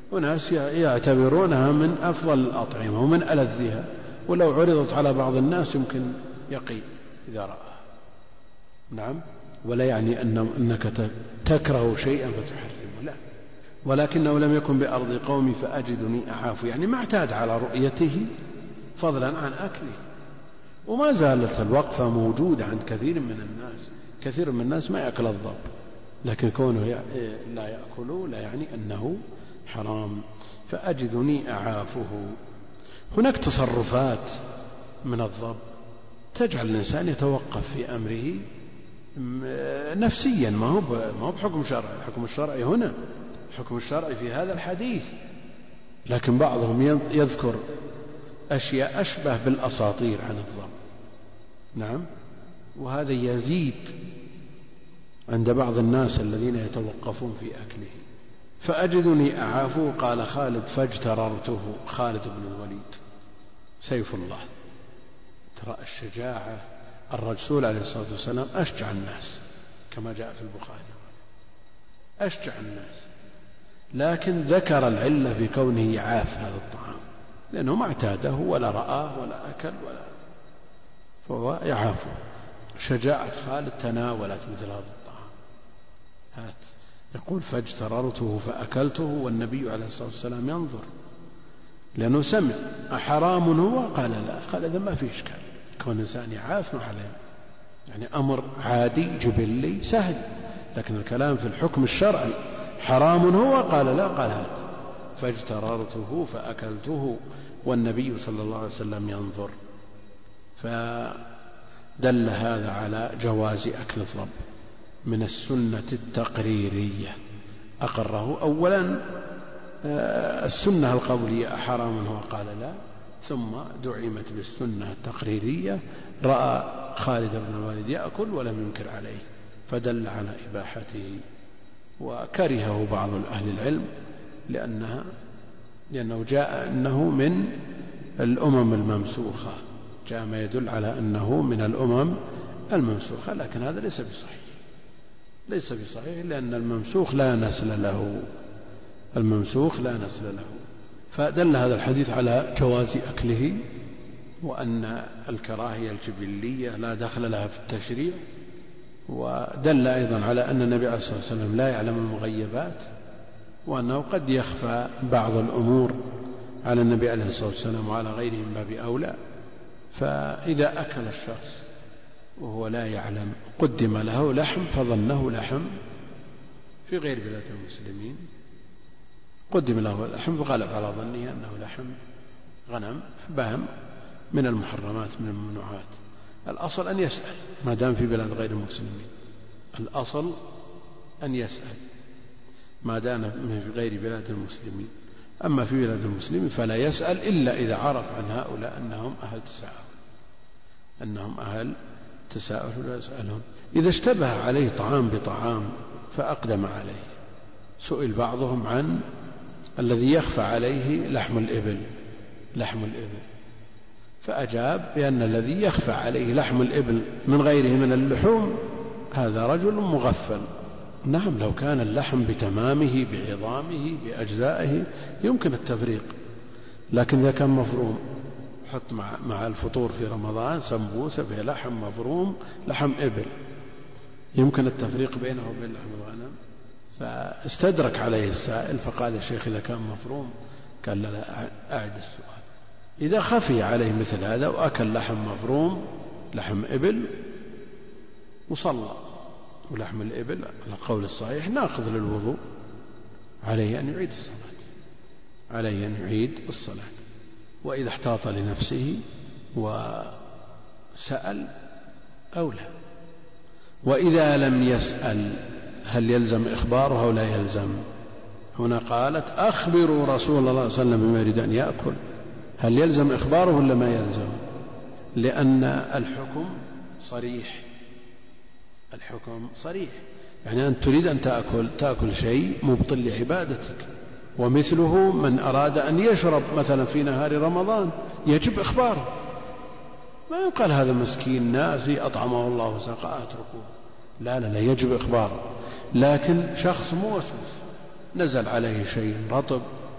وناس يعتبرونها من أفضل الأطعمة ومن ألذها، ولو عرضت على بعض الناس يمكن يقي إذا رأى. نعم، ولا يعني أنك تكره شيئا فتحرمه، لا، ولكنه لم يكن بأرض قومي فأجدني أعاف، يعني ما اعتاد على رؤيته فضلا عن أكله. وما زالت الوقفة موجودة عند كثير من الناس، كثير من الناس ما يأكل الضب، لكن كونه لا يأكله لا يعني أنه حرام. فأجدني أعافه. هناك تصرفات من الضب تجعل الإنسان يتوقف في أمره نفسيا، ما هو ما هو بحكم شرعي. الحكم الشرعي هنا، الحكم الشرعي في هذا الحديث، لكن بعضهم يذكر أشياء أشبه بالأساطير عن الضب. نعم، وهذا يزيد عند بعض الناس الذين يتوقفون في أكله. فأجدني أعافه. قال خالد فاجتررته، خالد بن الوليد سيف الله. ترى الشجاعة، الرسول عليه الصلاة والسلام أشجع الناس كما جاء في البخاري، أشجع الناس، لكن ذكر العلة في كونه يعاف هذا الطعام، لأنه ما اعتاده ولا رآه ولا أكل ولا، فهو يعافه. شجاعة خالد تناولت مثل هذا الطعام. هات يقول فاجتررته فأكلته، والنبي عليه الصلاة والسلام ينظر، لأنه سمع أحرام هو؟ قال لا. قال إذا ما في إشكال، كون إنسان يعاف ما عليه، يعني أمر عادي جبلي سهل، لكن الكلام في الحكم الشرعي حرام هو؟ قال لا. قال هات فاجتررته فأكلته، والنبي صلى الله عليه وسلم ينظر. فدل هذا على جواز أكل الضب من السنة التقريرية. أقره أولا السنة القولية أحرام هو؟ قال لا، ثم دعمت بالسنة التقريرية. رأى خالد بن الوليد يأكل ولم ينكر عليه، فدل على إباحته. وكرهه بعض أهل العلم لأنها لأنه جاء أنه من الأمم الممسوخة، جاء ما يدل على أنه من الأمم الممسوخة، لكن هذا ليس بصحيح، ليس بصحيح، لأن الممسوخ لا نسل له، الممسوخ لا نسل له. فدل هذا الحديث على جواز أكله، وأن الكراهية الجبلية لا دخل لها في التشريع. ودل أيضا على أن النبي عليه الصلاة والسلام لا يعلم المغيبات، وأنه قد يخفى بعض الأمور على النبي عليه الصلاة والسلام وعلى غيره من باب أولى. فإذا أكل الشخص وهو لا يعلم قدم له لحم فظنه لحم في غير بلاد المسلمين، قدم له لحم فغلب على ظنه أنه لحم غنم، فبهم من المحرمات من الممنوعات. الأصل أن يسأل ما دام في بلاد غير المسلمين، الأصل أن يسأل ما دام من غير بلاد المسلمين. أما في بلاد المسلمين فلا يسأل إلا إذا عرف عن هؤلاء أنهم أهل تساؤل، أنهم أهل تساؤل ولا يسألهم. إذا اشتبه عليه طعام بطعام فأقدم عليه، سئل بعضهم عن الذي يخفى عليه لحم الإبل، لحم الإبل، فأجاب بأن الذي يخفى عليه لحم الإبل من غيره من اللحوم هذا رجل مغفل. نعم، لو كان اللحم بتمامه بعظامه بأجزائه يمكن التفريق، لكن إذا كان مفروم، حط مع, مع الفطور في رمضان سمبوسة فيها لحم مفروم، لحم إبل، يمكن التفريق بينه وبين لحم الغنم. فاستدرك عليه السائل فقال يا شيخ إذا كان مفروم، قال لا، أعد السؤال. إذا خفي عليه مثل هذا وأكل لحم مفروم، لحم إبل، وصلى، ولحم الإبل على القول الصحيح ناقض للوضوء، عليه أن يعيد الصلاة، عليه أن يعيد الصلاة. وإذا احتاط لنفسه وسأل أولى. وإذا لم يسأل هل يلزم إخباره أو لا يلزم؟ هنا قالت أخبروا رسول الله صلى الله عليه وسلم بما يريد أن يأكل، هل يلزم إخباره ولا ما يلزم؟ لأن الحكم صريح، الحكم صريح، يعني أنت تريد أن تأكل تأكل شيء مبطل لعبادتك. ومثله من أراد أن يشرب مثلا في نهار رمضان يجب إخباره، ما يقال هذا مسكين ناسي أطعمه الله وسقاه اتركوه، لا لا لا، يجب إخباره. لكن شخص موسوس نزل عليه شيء رطب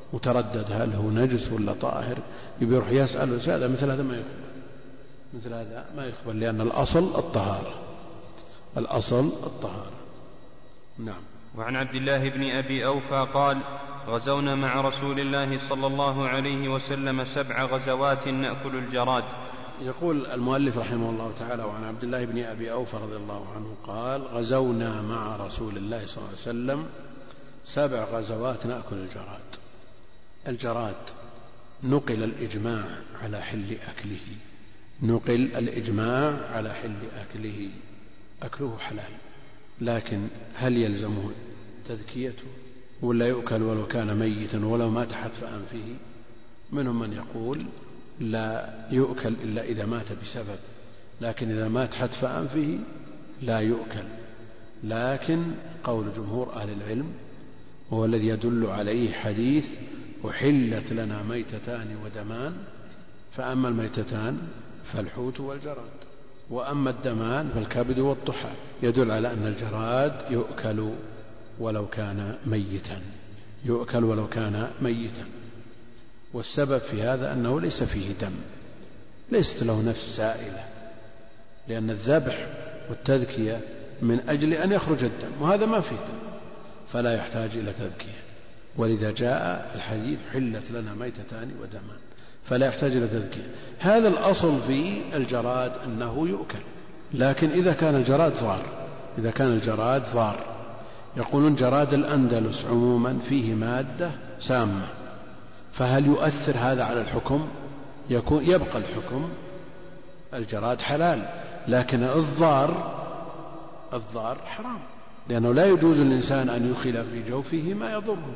وتردد هل هو نجس ولا طاهر، يروح يسأل هذا، مثل هذا ما يقبل، مثل هذا ما يقبل، لأن الأصل الطهارة، الأصل الطهارة. نعم. وعن عبد الله بن أبي أوفى قال: غزونا مع رسول الله صلى الله عليه وسلم سبع غزوات نأكل الجراد. يقول المؤلف رحمه الله تعالى: وعن عبد الله بن أبي أوفى رضي الله عنه قال: غزونا مع رسول الله صلى الله عليه وسلم سبع غزوات نأكل الجراد. الجراد نقل الإجماع على حل أكله، نقل الإجماع على حل أكله، أكله حلال، لكن هل يلزمه تذكيته ولا يؤكل ولو كان ميتا ولو مات حتف أنفه؟ منهم من يقول لا يؤكل إلا إذا مات بسبب، لكن إذا مات حتف أنفه لا يؤكل. لكن قول جمهور أهل العلم وهو الذي يدل عليه حديث: أحلت لنا ميتتان ودمان، فأما الميتتان فالحوت والجراد، وأما الدمان فالكبد والطحال، يدل على أن الجراد يؤكل ولو كان ميتا، يؤكل ولو كان ميتا. والسبب في هذا أنه ليس فيه دم، ليست له نفس سائلة، لأن الذبح والتذكية من أجل أن يخرج الدم، وهذا ما فيه دم فلا يحتاج إلى تذكية، ولذا جاء الحديث: حلت لنا ميتتان ودمان، فلا يحتاج إلى تذكية. هذا الأصل في الجراد أنه يؤكل، لكن إذا كان الجراد ضار، إذا كان الجراد ضار، يقولون جراد الأندلس عموما فيه مادة سامة، فهل يؤثر هذا على الحكم؟ يكون يبقى الحكم الجراد حلال، لكن الضار الضار حرام، لأنه لا يجوز للإنسان أن يدخل في جوفه ما يضره،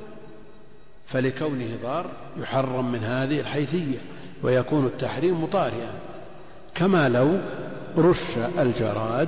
فلكونه ضار يحرم من هذه الحيثية، ويكون التحريم مطارئا، كما لو رش الجراد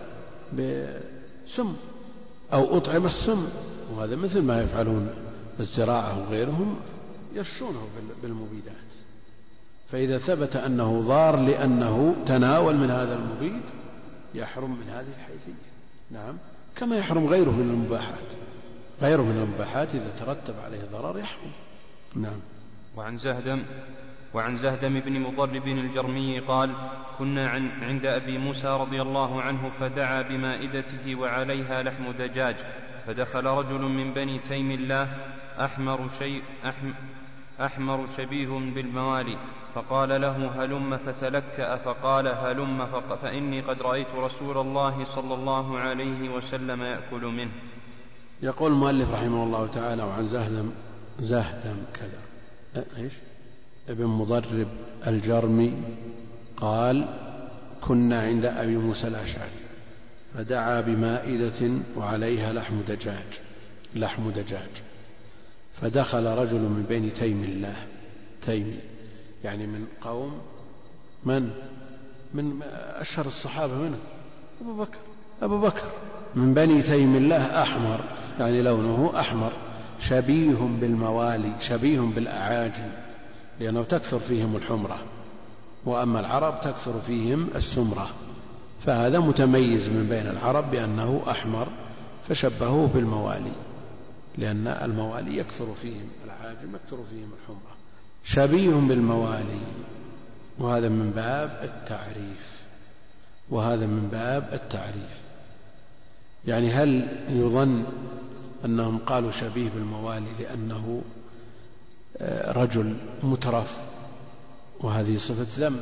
بسم أو أطعم السم، وهذا مثل ما يفعلون الزراعة وغيرهم، يرشونه بالمبيدات. فإذا ثبت أنه ضار لأنه تناول من هذا المبيد يحرم من هذه الحيثية. نعم، كما يحرم غيره من المباحات، غيره من المباحات إذا ترتب عليه ضرر يحرم. نعم. وعن زهدم وعن زهدم بن مضرب الجرمي قال: كنا عند أبي موسى رضي الله عنه فدعا بمائدته وعليها لحم دجاج، فدخل رجل من بني تيم الله أحمر, شيء أحم أحمر شبيه بالموالي، فقال له: هلم، فتلكأ فقال: هلم، فإني قد رأيت رسول الله صلى الله عليه وسلم يأكل منه. يقول المؤلف رحمه الله تعالى: وعن زهدم زهدم كذا إيش ابن مضرب الجرمي قال: كنا عند أبي موسى الأشعري فدعا بمائدة وعليها لحم دجاج لحم دجاج فدخل رجل من بني تيم الله، تيمي يعني من قوم من من أشهر الصحابة منه أبو بكر أبو بكر من بني تيم الله، أحمر يعني لونه أحمر، شبيه بالموالي، شبيه بالأعاجم، لأنه تكثر فيهم الحمرة، وأما العرب تكثر فيهم السمرة، فهذا متميز من بين العرب بأنه أحمر، فشبهوه بالموالي، لأن الموالي يكثر فيهم العاجم، يكثر فيهم الحمرة، شبيه بالموالي. وهذا من باب التعريف، وهذا من باب التعريف. يعني هل يظن أنهم قالوا شبيه بالموالي لأنه رجل مترف، وهذه صفة ذم،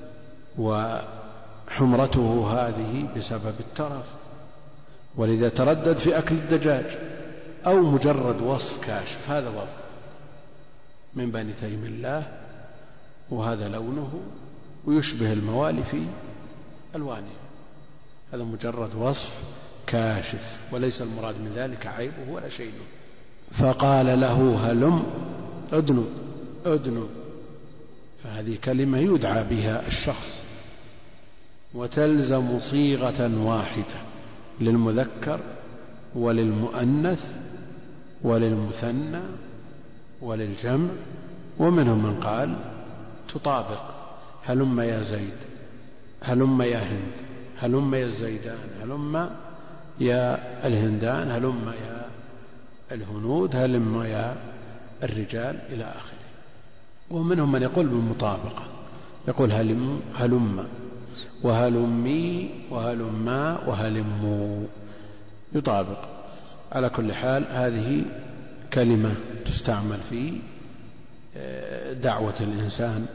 وحمرته هذه بسبب الترف، ولذا تردد في أكل الدجاج، أو مجرد وصف كاشف، هذا وصف من بني تيم الله، وهذا لونه ويشبه الموالي في ألوانه، هذا مجرد وصف كاشف، وليس المراد من ذلك عيبه ولا شيء. فقال له: هلم، أدنو أدنو، فهذه كلمة يدعى بها الشخص، وتلزم صيغة واحدة للمذكر وللمؤنث وللمثنى وللجمع، ومنهم من قال تطابق: هلم يا زيد، هلم يا هند، هلم يا الزيدان، هلم يا الهندان، هلم يا الهنود، هلم يا الرجال إلى آخره. ومنهم من يقول بالمطابقة، يقول هلم هلم وهلمي وهلما وهلموا، يطابق. على كل حال هذه كلمة تستعمل في دعوة الإنسان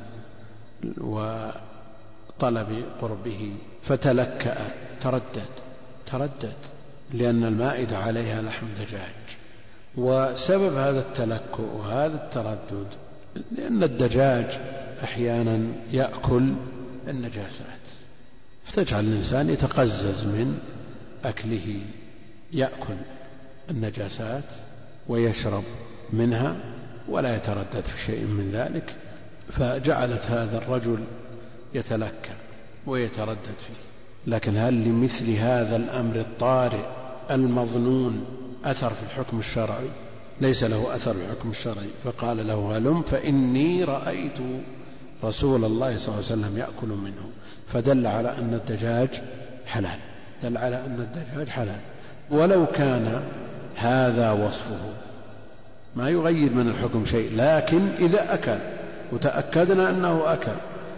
وطلب قربه. فتلكأ، تردد تردد لأن المائدة عليها لحم دجاج. وسبب هذا التلكؤ وهذا التردد لأن الدجاج أحيانا يأكل النجاسات، فتجعل الإنسان يتقزز من أكله، يأكل النجاسات ويشرب منها ولا يتردد في شيء من ذلك، فجعلت هذا الرجل يتلكأ ويتردد فيه. لكن هل لمثل هذا الأمر الطارئ المظنون أثر في الحكم الشرعي؟ ليس له أثر في الحكم الشرعي. فقال له هلم فإني رأيت رسول الله صلى الله عليه وسلم يأكل منه، فدل على أن الدجاج حلال، دل على أن الدجاج حلال. ولو كان هذا وصفه ما يغير من الحكم شيء، لكن إذا أكل وتأكدنا أنه أكل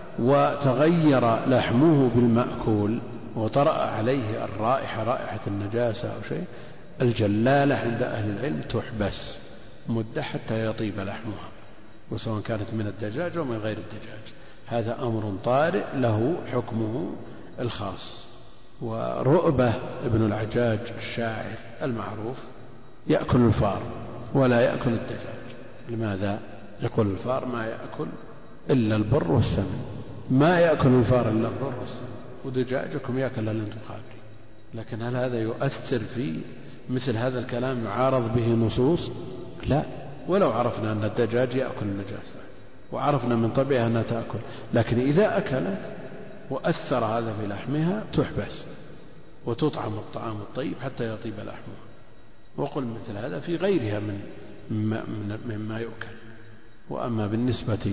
وتغير لحمه بالمأكول وطرأ عليه الرائحة رائحة النجاسة أو شيء، الجلالة عند أهل العلم تحبس مدة حتى يطيب لحمها، وسواء كانت من الدجاج أو من غير الدجاج. هذا أمر طارئ له حكمه الخاص. ورؤبة ابن العجاج الشاعر المعروف يأكل الفار ولا يأكل الدجاج. لماذا؟ يقول الفار ما يأكل إلا البر والسمن، ما يأكل الفار إلا البر والسمن، ودجاجكم يأكل إلا أنتم خابرين. لكن هل هذا يؤثر في مثل هذا الكلام يعارض به نصوص؟ لا. ولو عرفنا أن الدجاج يأكل النجاسة وعرفنا من طبيعها أنها تأكل، لكن إذا أكلت وأثر هذا في لحمها تحبس وتطعم الطعام الطيب حتى يطيب لحمها. وقل مثل هذا في غيرها من مما يؤكل. وأما بالنسبة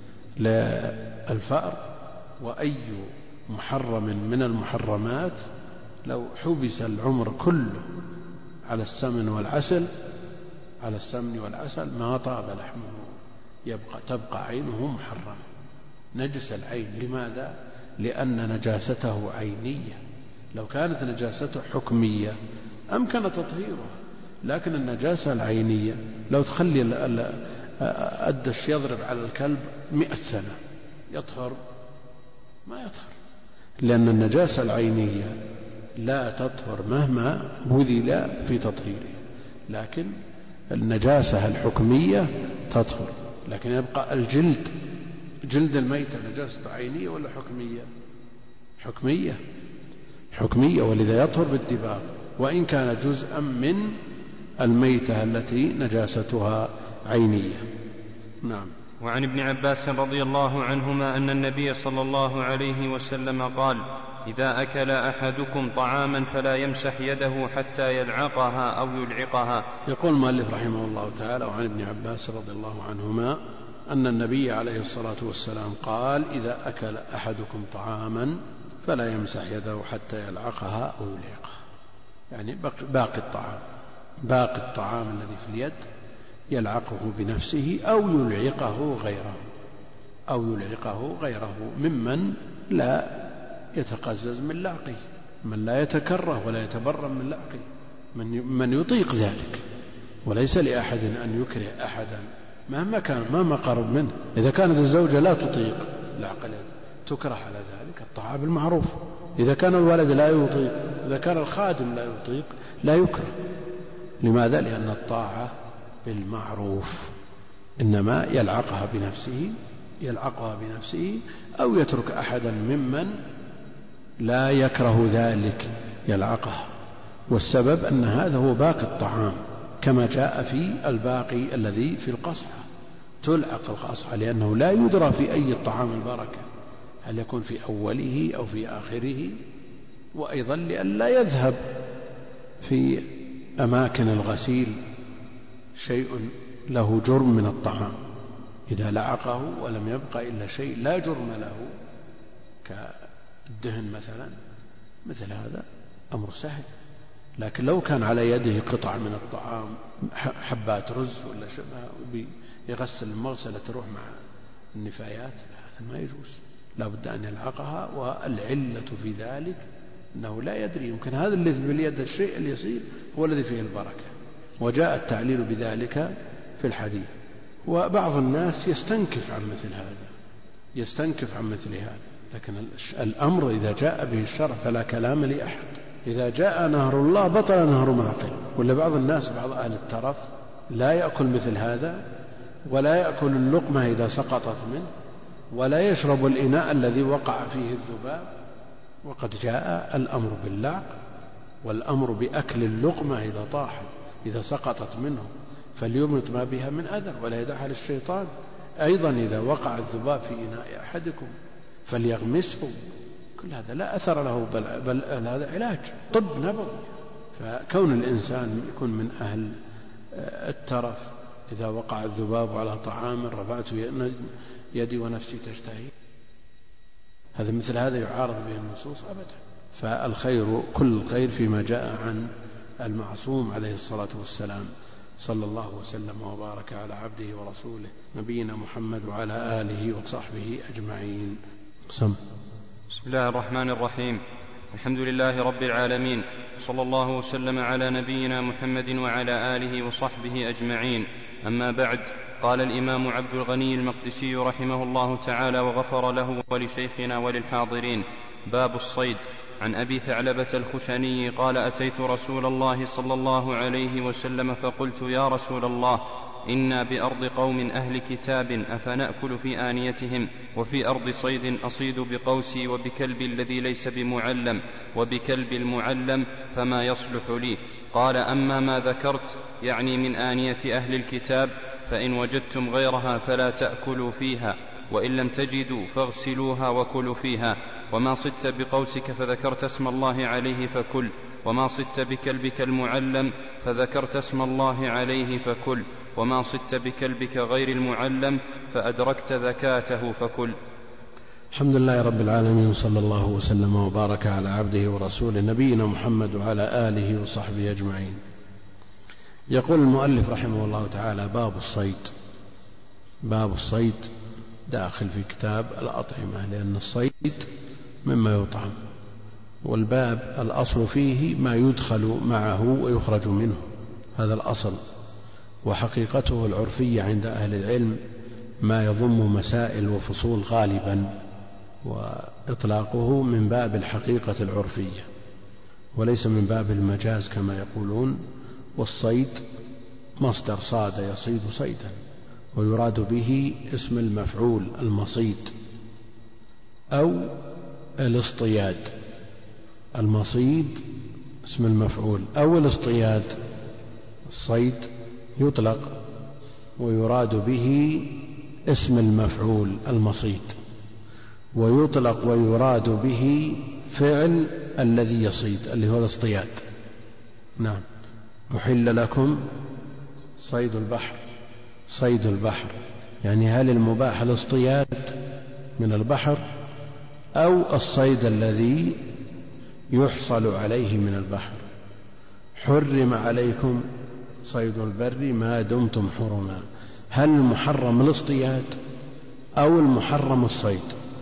للفأر وأي محرم من المحرمات، لو حبس العمر كله على السمن والعسل على السمن والعسل ما طاب لحمه، يبقى تبقى عينه محرمة نجس العين. لماذا؟ لأن نجاسته عينية. لو كانت نجاسته حكمية أمكن تطهيرها، لكن النجاسة العينية لو تخلي الدش يضرب على الكلب مئة سنة يطهر؟ ما يطهر، لأن النجاسة العينية لا تطهر مهما بذل في تطهيرها، لكن النجاسة الحكمية تطهر. لكن يبقى الجلد، جلد الميتة نجاسة عينية ولا حكمية؟ حكمية حكمية ولذا يطهر بالدباغ وإن كان جزءا من الميتة التي نجاستها عينية. نعم. وعن ابن عباس رضي الله عنهما أن النبي صلى الله عليه وسلم قال: إذا أكل أحدكم طعاما فلا يمسح يده حتى يلعقها أو يلعقها. يقول المؤلف رحمه الله تعالى: وعن ابن عباس رضي الله عنهما أن النبي عليه الصلاة والسلام قال: إذا أكل أحدكم طعاما فلا يمسح يده حتى يلعقها أو يلعقها، يعني باقي الطعام باقي الطعام الذي في اليد يلعقه بنفسه أو يلعقه غيره أو يلعقه غيره ممن لا يتقزز من لعقه، من لا يتكره ولا يتبرم من لعقه، من من يطيق ذلك. وليس لأحد أن يكره أحدا مهما كان مهما قرب منه. إذا كانت الزوجة لا تطيق لعق اليد تكره على ذلك الطاعة بالمعروف. إذا كان الولد لا يطيق، إذا كان الخادم لا يطيق لا يكره. لماذا؟ لأن الطاعة بالمعروف، إنما يلعقها بنفسه يلعقها بنفسه أو يترك أحدا ممن لا يكره ذلك يلعقها. والسبب أن هذا هو باقي الطعام، كما جاء في الباقي الذي في القصعة، تلعق القصعة لأنه لا يدرى في أي الطعام البركة، هل يكون في أوله أو في آخره، وأيضا لئلا يذهب في أماكن الغسيل شيء له جرم من الطعام. إذا لعقه ولم يبقى إلا شيء لا جرم له كالدهن مثلا، مثل هذا أمر سهل، لكن لو كان على يده قطع من الطعام حبات رز ولا شبه يغسل المغسلة تروح مع النفايات، هذا ما يجوز، لا بد أن يلحقها. والعلة في ذلك أنه لا يدري، يمكن هذا الذي باليد الشيء اليسير هو الذي فيه البركة، وجاء التعليل بذلك في الحديث. وبعض الناس يستنكف عن مثل هذا، يستنكف عن مثل هذا، لكن الأمر إذا جاء به الشرع فلا كلام لأحد. إذا جاء نهر الله بطل نهر معقل. ولا بعض الناس، بعض أهل الترف لا يأكل مثل هذا، ولا يأكل اللقمة إذا سقطت منه، ولا يشرب الإناء الذي وقع فيه الذباب. وقد جاء الأمر باللعق والأمر بأكل اللقمة إذا طاحت، إذا سقطت منه فليمت ما بها من أذى ولا يدعها للشيطان. أيضا إذا وقع الذباب في إناء أحدكم فليغمسه، كل هذا لا أثر له، بل, بل هذا علاج طب نبوي. فكون الإنسان يكون من أهل الترف، إذا وقع الذباب على طعام رفعت يدي ونفسي تشتهي، هذا مثل هذا يعارض به النصوص أبدا. فالخير كل الخير فيما جاء عن المعصوم عليه الصلاة والسلام، صلى الله وسلم وبارك على عبده ورسوله نبينا محمد وعلى آله وصحبه أجمعين. سم. بسم الله الرحمن الرحيم. الحمد لله رب العالمين، صلى الله وسلم على نبينا محمد وعلى آله وصحبه أجمعين. أما بعد، قال الإمام عبد الغني المقدسي رحمه الله تعالى وغفر له ولشيخنا وللحاضرين: باب الصيد. عن أبي ثعلبة الخشني قال: أتيت رسول الله صلى الله عليه وسلم فقلت: يا رسول الله، إنا بأرض قوم أهل كتاب، أفنأكل في آنيتهم؟ وفي أرض صيد أصيد بقوسي وبكلب الذي ليس بمعلم، وبكلب المعلم، فما يصلح لي؟ قال: أما ما ذكرت، يعني من آنية أهل الكتاب، فإن وجدتم غيرها فلا تأكلوا فيها، وإن لم تجدوا فاغسلوها وكلوا فيها. وما صدت بقوسك فذكرت اسم الله عليه فكل، وما صدت بكلبك المعلم فذكرت اسم الله عليه فكل، وما صدت بكلبك غير المعلم فأدركت ذكاته فكل. الحمد لله رب العالمين، صلى الله وسلم وبارك على عبده ورسوله نبينا محمد وعلى آله وصحبه أجمعين. يقول المؤلف رحمه الله تعالى: باب الصيد. باب الصيد داخل في كتاب الأطعمة، لأن الصيد مما يطعم، والباب الأصل فيه ما يدخل معه ويخرج منه، هذا الأصل. وحقيقته العرفية عند أهل العلم ما يضم مسائل وفصول غالبا، وإطلاقه من باب الحقيقة العرفية وليس من باب المجاز كما يقولون. والصيد مصدر صاد يصيد صيدا، ويراد به اسم المفعول المصيد أو الاصطياد. المصيد اسم المفعول أو الاصطياد. الصيد يطلق ويراد به اسم المفعول المصيد، ويطلق ويراد به فعل الذي يصيد اللي هو الاصطياد. نعم. أحل لكم صيد البحر. صيد البحر يعني هل المباح الاصطياد من البحر أو الصيد الذي يحصل عليه من البحر؟ حرم عليكم صيد البر ما دمتم حرما. هل المحرم الاصطياد أو المحرم الصيد؟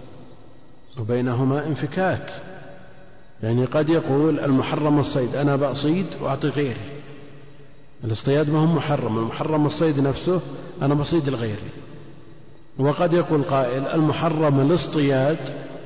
وبينهما انفكاك، يعني قد يقول المحرم الصيد أنا بأصيد وأعطي غيري، الاصطياد ما هو محرم، المحرم الصيد نفسه أنا بصيد لغيري. وقد يقول قائل المحرم الاصطياد،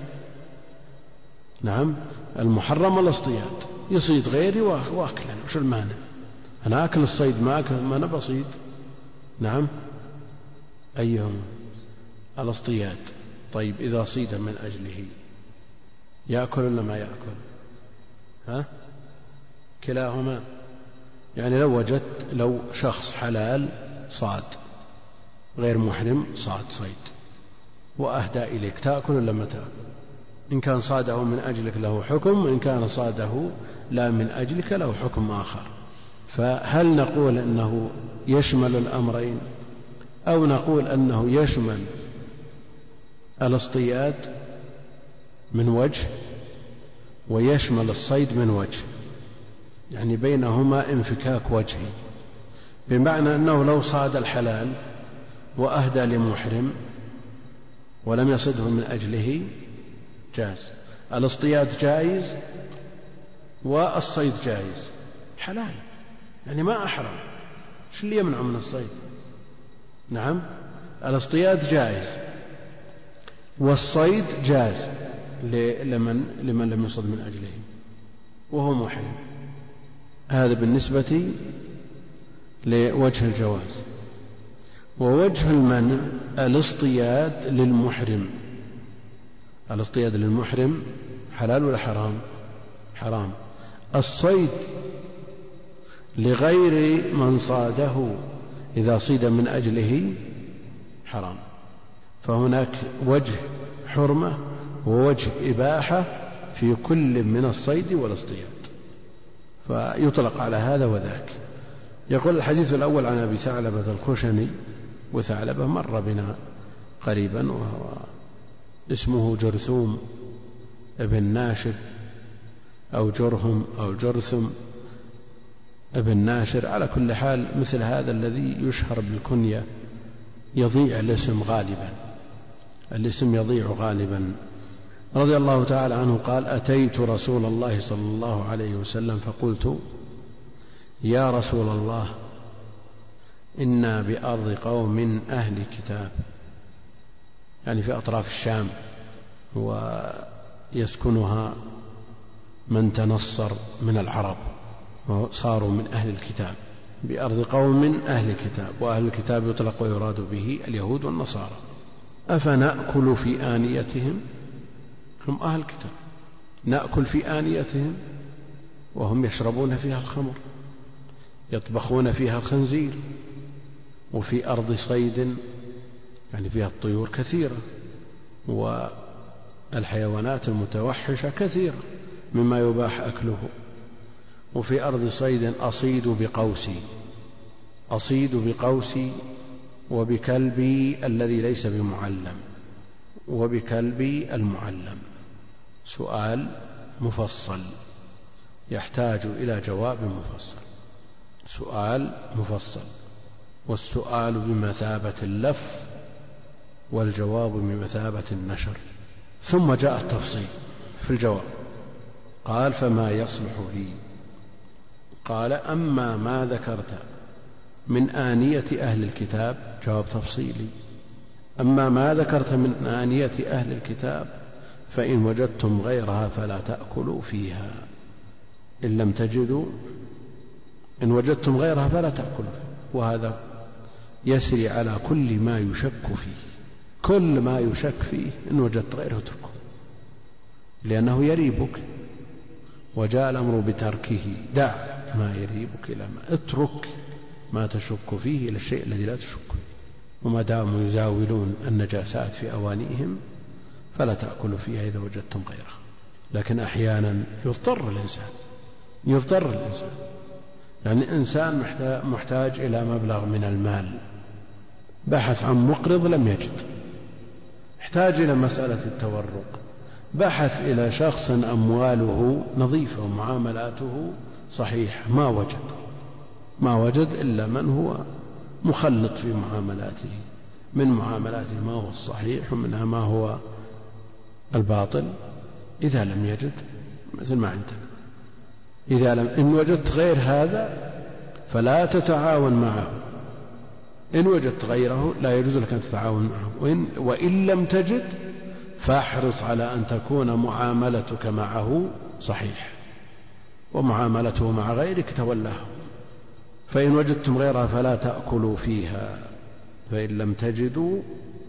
نعم المحرم الاصطياد يصيد غيري وأكله، وش المانع؟ أنا أكل الصيد ما أكل ما أنا بصيد. نعم. أيهم الاصطياد. طيب إذا صيد من أجله يأكل ولا ما يأكل؟ ها؟ كلاهما. يعني لو وجدت لو شخص حلال صاد، غير محرم صاد صيد وأهدى إليك، تأكل ولا ما تأكل؟ إن كان صاده من أجلك له حكم، وإن كان صاده لا من أجلك له حكم آخر. فهل نقول أنه يشمل الأمرين أو نقول أنه يشمل الاصطياد من وجه ويشمل الصيد من وجه؟ يعني بينهما انفكاك وجهي، بمعنى أنه لو صاد الحلال وأهدى لمحرم ولم يصده من أجله جاز. الاصطياد جائز والصيد جائز، حلال، يعني ما أحرم، شو اللي يمنع من الصيد؟ نعم، الاصطياد جائز والصيد جاز لمن, لمن لم يصد من أجله وهو محرم. هذا بالنسبة لوجه الجواز. ووجه المنع الاصطياد للمحرم. الاصطياد للمحرم حلال ولا حرام؟ حرام. الصيد لغير من صاده إذا صيد من أجله حرام. فهناك وجه حرمة ووجه إباحة في كل من الصيد والاصطياد، فيطلق على هذا وذاك. يقول الحديث الأول عن أبي ثعلبة الخشني، وثعلبة مر بنا قريبا، وهو اسمه جرثوم ابن ناشر أو جرهم أو جرثم ابن ناشر. على كل حال مثل هذا الذي يشهر بالكنية يضيع الاسم غالبا، الاسم يضيع غالبا. رضي الله تعالى عنه قال: أتيت رسول الله صلى الله عليه وسلم فقلت: يا رسول الله، إنا بأرض قوم أهل كتاب، يعني في أطراف الشام، ويسكنها من تنصر من العرب وصاروا من أهل الكتاب. بأرض قوم أهل كتاب، وأهل الكتاب يطلق ويراد به اليهود والنصارى. أفنأكل في آنيتهم؟ هم أهل الكتاب، نأكل في آنيتهم وهم يشربون فيها الخمر، يطبخون فيها الخنزير، وفي أرض صيد يعني فيها الطيور كثيرة والحيوانات المتوحشة كثيرة مما يباح أكله. وفي أرض صيد أصيد بقوسي، أصيد بقوسي وبكلبي الذي ليس بمعلم وبكلبي المعلم. سؤال مفصل يحتاج إلى جواب مفصل، سؤال مفصل، والسؤال بمثابة اللف والجواب بمثابة النشر. ثم جاء التفصيل في الجواب. قال: فما يصلح لي؟ قال: أما ما ذكرت من آنية أهل الكتاب، جواب تفصيلي، أما ما ذكرت من آنية أهل الكتاب فإن وجدتم غيرها فلا تأكلوا فيها. إن لم تجدوا، إن وجدتم غيرها فلا تأكلوا فيها. وهذا يسري على كل ما يشك فيه، كل ما يشك فيه إن وجدت غيره اتركه، لأنه يريبك، وجاء الأمر بتركه. دع ما يريبك إلى ما، اترك ما تشك فيه إلى الشيء الذي لا تشك. وما داموا يزاولون النجاسات في أوانيهم فلا تأكلوا فيها إذا وجدتم غيرها. لكن أحيانا يضطر الإنسان، يضطر الإنسان يعني إنسان محتاج إلى مبلغ من المال، بحث عن مقرض لم يجد، احتاج إلى مسألة التورق، بحث إلى شخص أمواله نظيفة ومعاملاته صحيحة، ما وجد، ما وجد إلا من هو مخلط في معاملاته، من معاملاته ما هو الصحيح ومنها ما هو الباطل. إذا لم يجد مثل ما عندنا، إذا لم إن وجدت غير هذا فلا تتعاون معه، إن وجدت غيره لا يجوز لك أن تتعاون معه. وإن, وإن لم تجد فاحرص على أن تكون معاملتك معه صحيح، ومعاملته مع غيرك تولاه. فإن وجدتم غيرها فلا تأكلوا فيها، فإن لم تجدوا،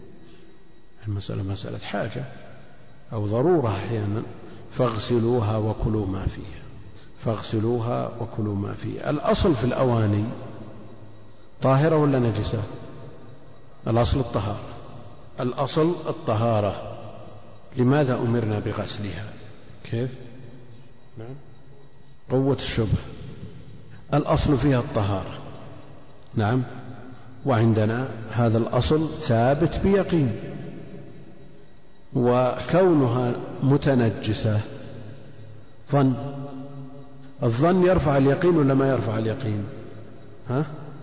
المسألة مسألة حاجة أو ضرورة أحيانا، فاغسلوها وكلوا ما فيها، فاغسلوها وكلوا ما فيها. الأصل في الأواني طاهرة ولا نجسة؟ الأصل الطهارة، الأصل الطهارة. لماذا أمرنا بغسلها؟ كيف؟ نعم، قوة الشبه. الأصل فيها الطهارة، نعم، وعندنا هذا الأصل ثابت بيقين، وكونها متنجسة ظن، الظن يرفع اليقين ولا ما يرفع اليقين؟ ها؟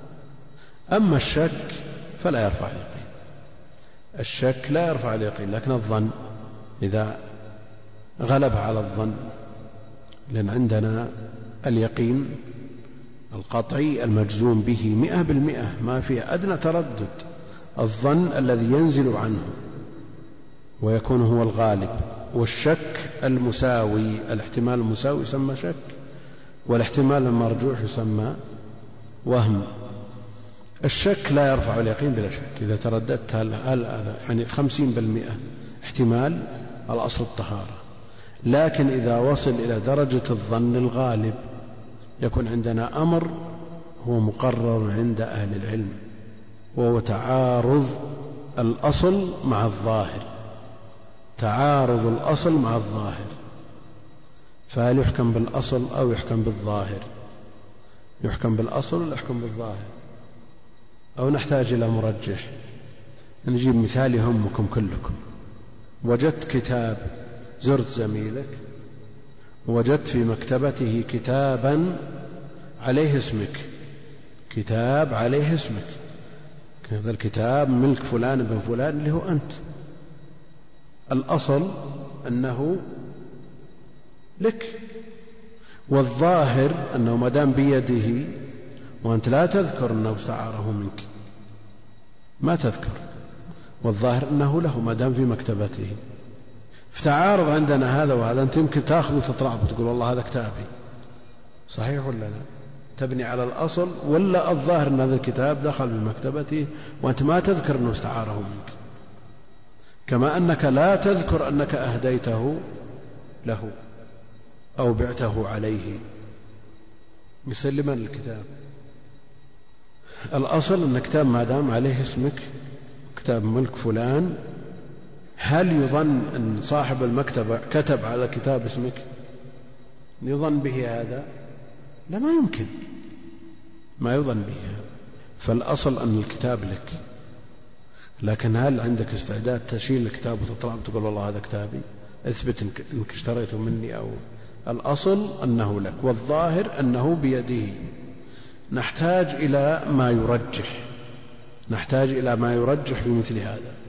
أما الشك فلا يرفع اليقين. الشك لا يرفع اليقين، لكن الظن إذا غلب على الظن، لأن عندنا اليقين القطعي المجزوم به مئة بالمئة ما فيه أدنى تردد. الظن الذي ينزل عنه ويكون هو الغالب، والشك المساوي، الاحتمال المساوي يسمى شك، والاحتمال المرجوح يسمى وهم. الشك لا يرفع اليقين بلا شك. إذا ترددت هل هل يعني خمسين بالمئة احتمال الأصل الطهارة، لكن إذا وصل إلى درجة الظن الغالب يكون عندنا أمر هو مقرر عند أهل العلم، وهو تعارض الأصل مع الظاهر. تعارض الأصل مع الظاهر، فهل يحكم بالأصل أو يحكم بالظاهر؟ يحكم بالأصل ولا يحكم بالظاهر؟ أو نحتاج إلى مرجح؟ نجيب مثال يهمكم كلكم. وجدت كتاب، زرت زميلك وجدت في مكتبته كتابا عليه اسمك، كتاب عليه اسمك، هذا الكتاب ملك فلان بن فلان اللي هو أنت. الأصل أنه لك، والظاهر أنه ما دام بيده وأنت لا تذكر أنه استعاره منك، ما تذكر، والظاهر أنه له ما دام في مكتبته. فتعارض عندنا هذا وهذا، أنت يمكن تأخذ وتطلع وتقول والله هذا كتابي، صحيح ولا لا؟ تبني على الأصل، ولا الظاهر أن هذا الكتاب دخل بمكتبته وأنت ما تذكر أنه استعاره منك، كما أنك لا تذكر أنك أهديته له أو بعته عليه. مسلما الكتاب، الأصل أن كتاب ما دام عليه اسمك، كتاب ملك فلان، هل يظن أن صاحب المكتبة كتب على كتاب اسمك؟ يظن به هذا؟ لا، ما يمكن، ما يظن به هذا. فالأصل أن الكتاب لك، لكن هل عندك استعداد تشيل الكتاب وتطلع وتقول والله هذا كتابي، اثبت أنك اشتريته مني؟ أو الأصل أنه لك، والظاهر أنه بيده. نحتاج إلى ما يرجح، نحتاج إلى ما يرجح بمثل هذا.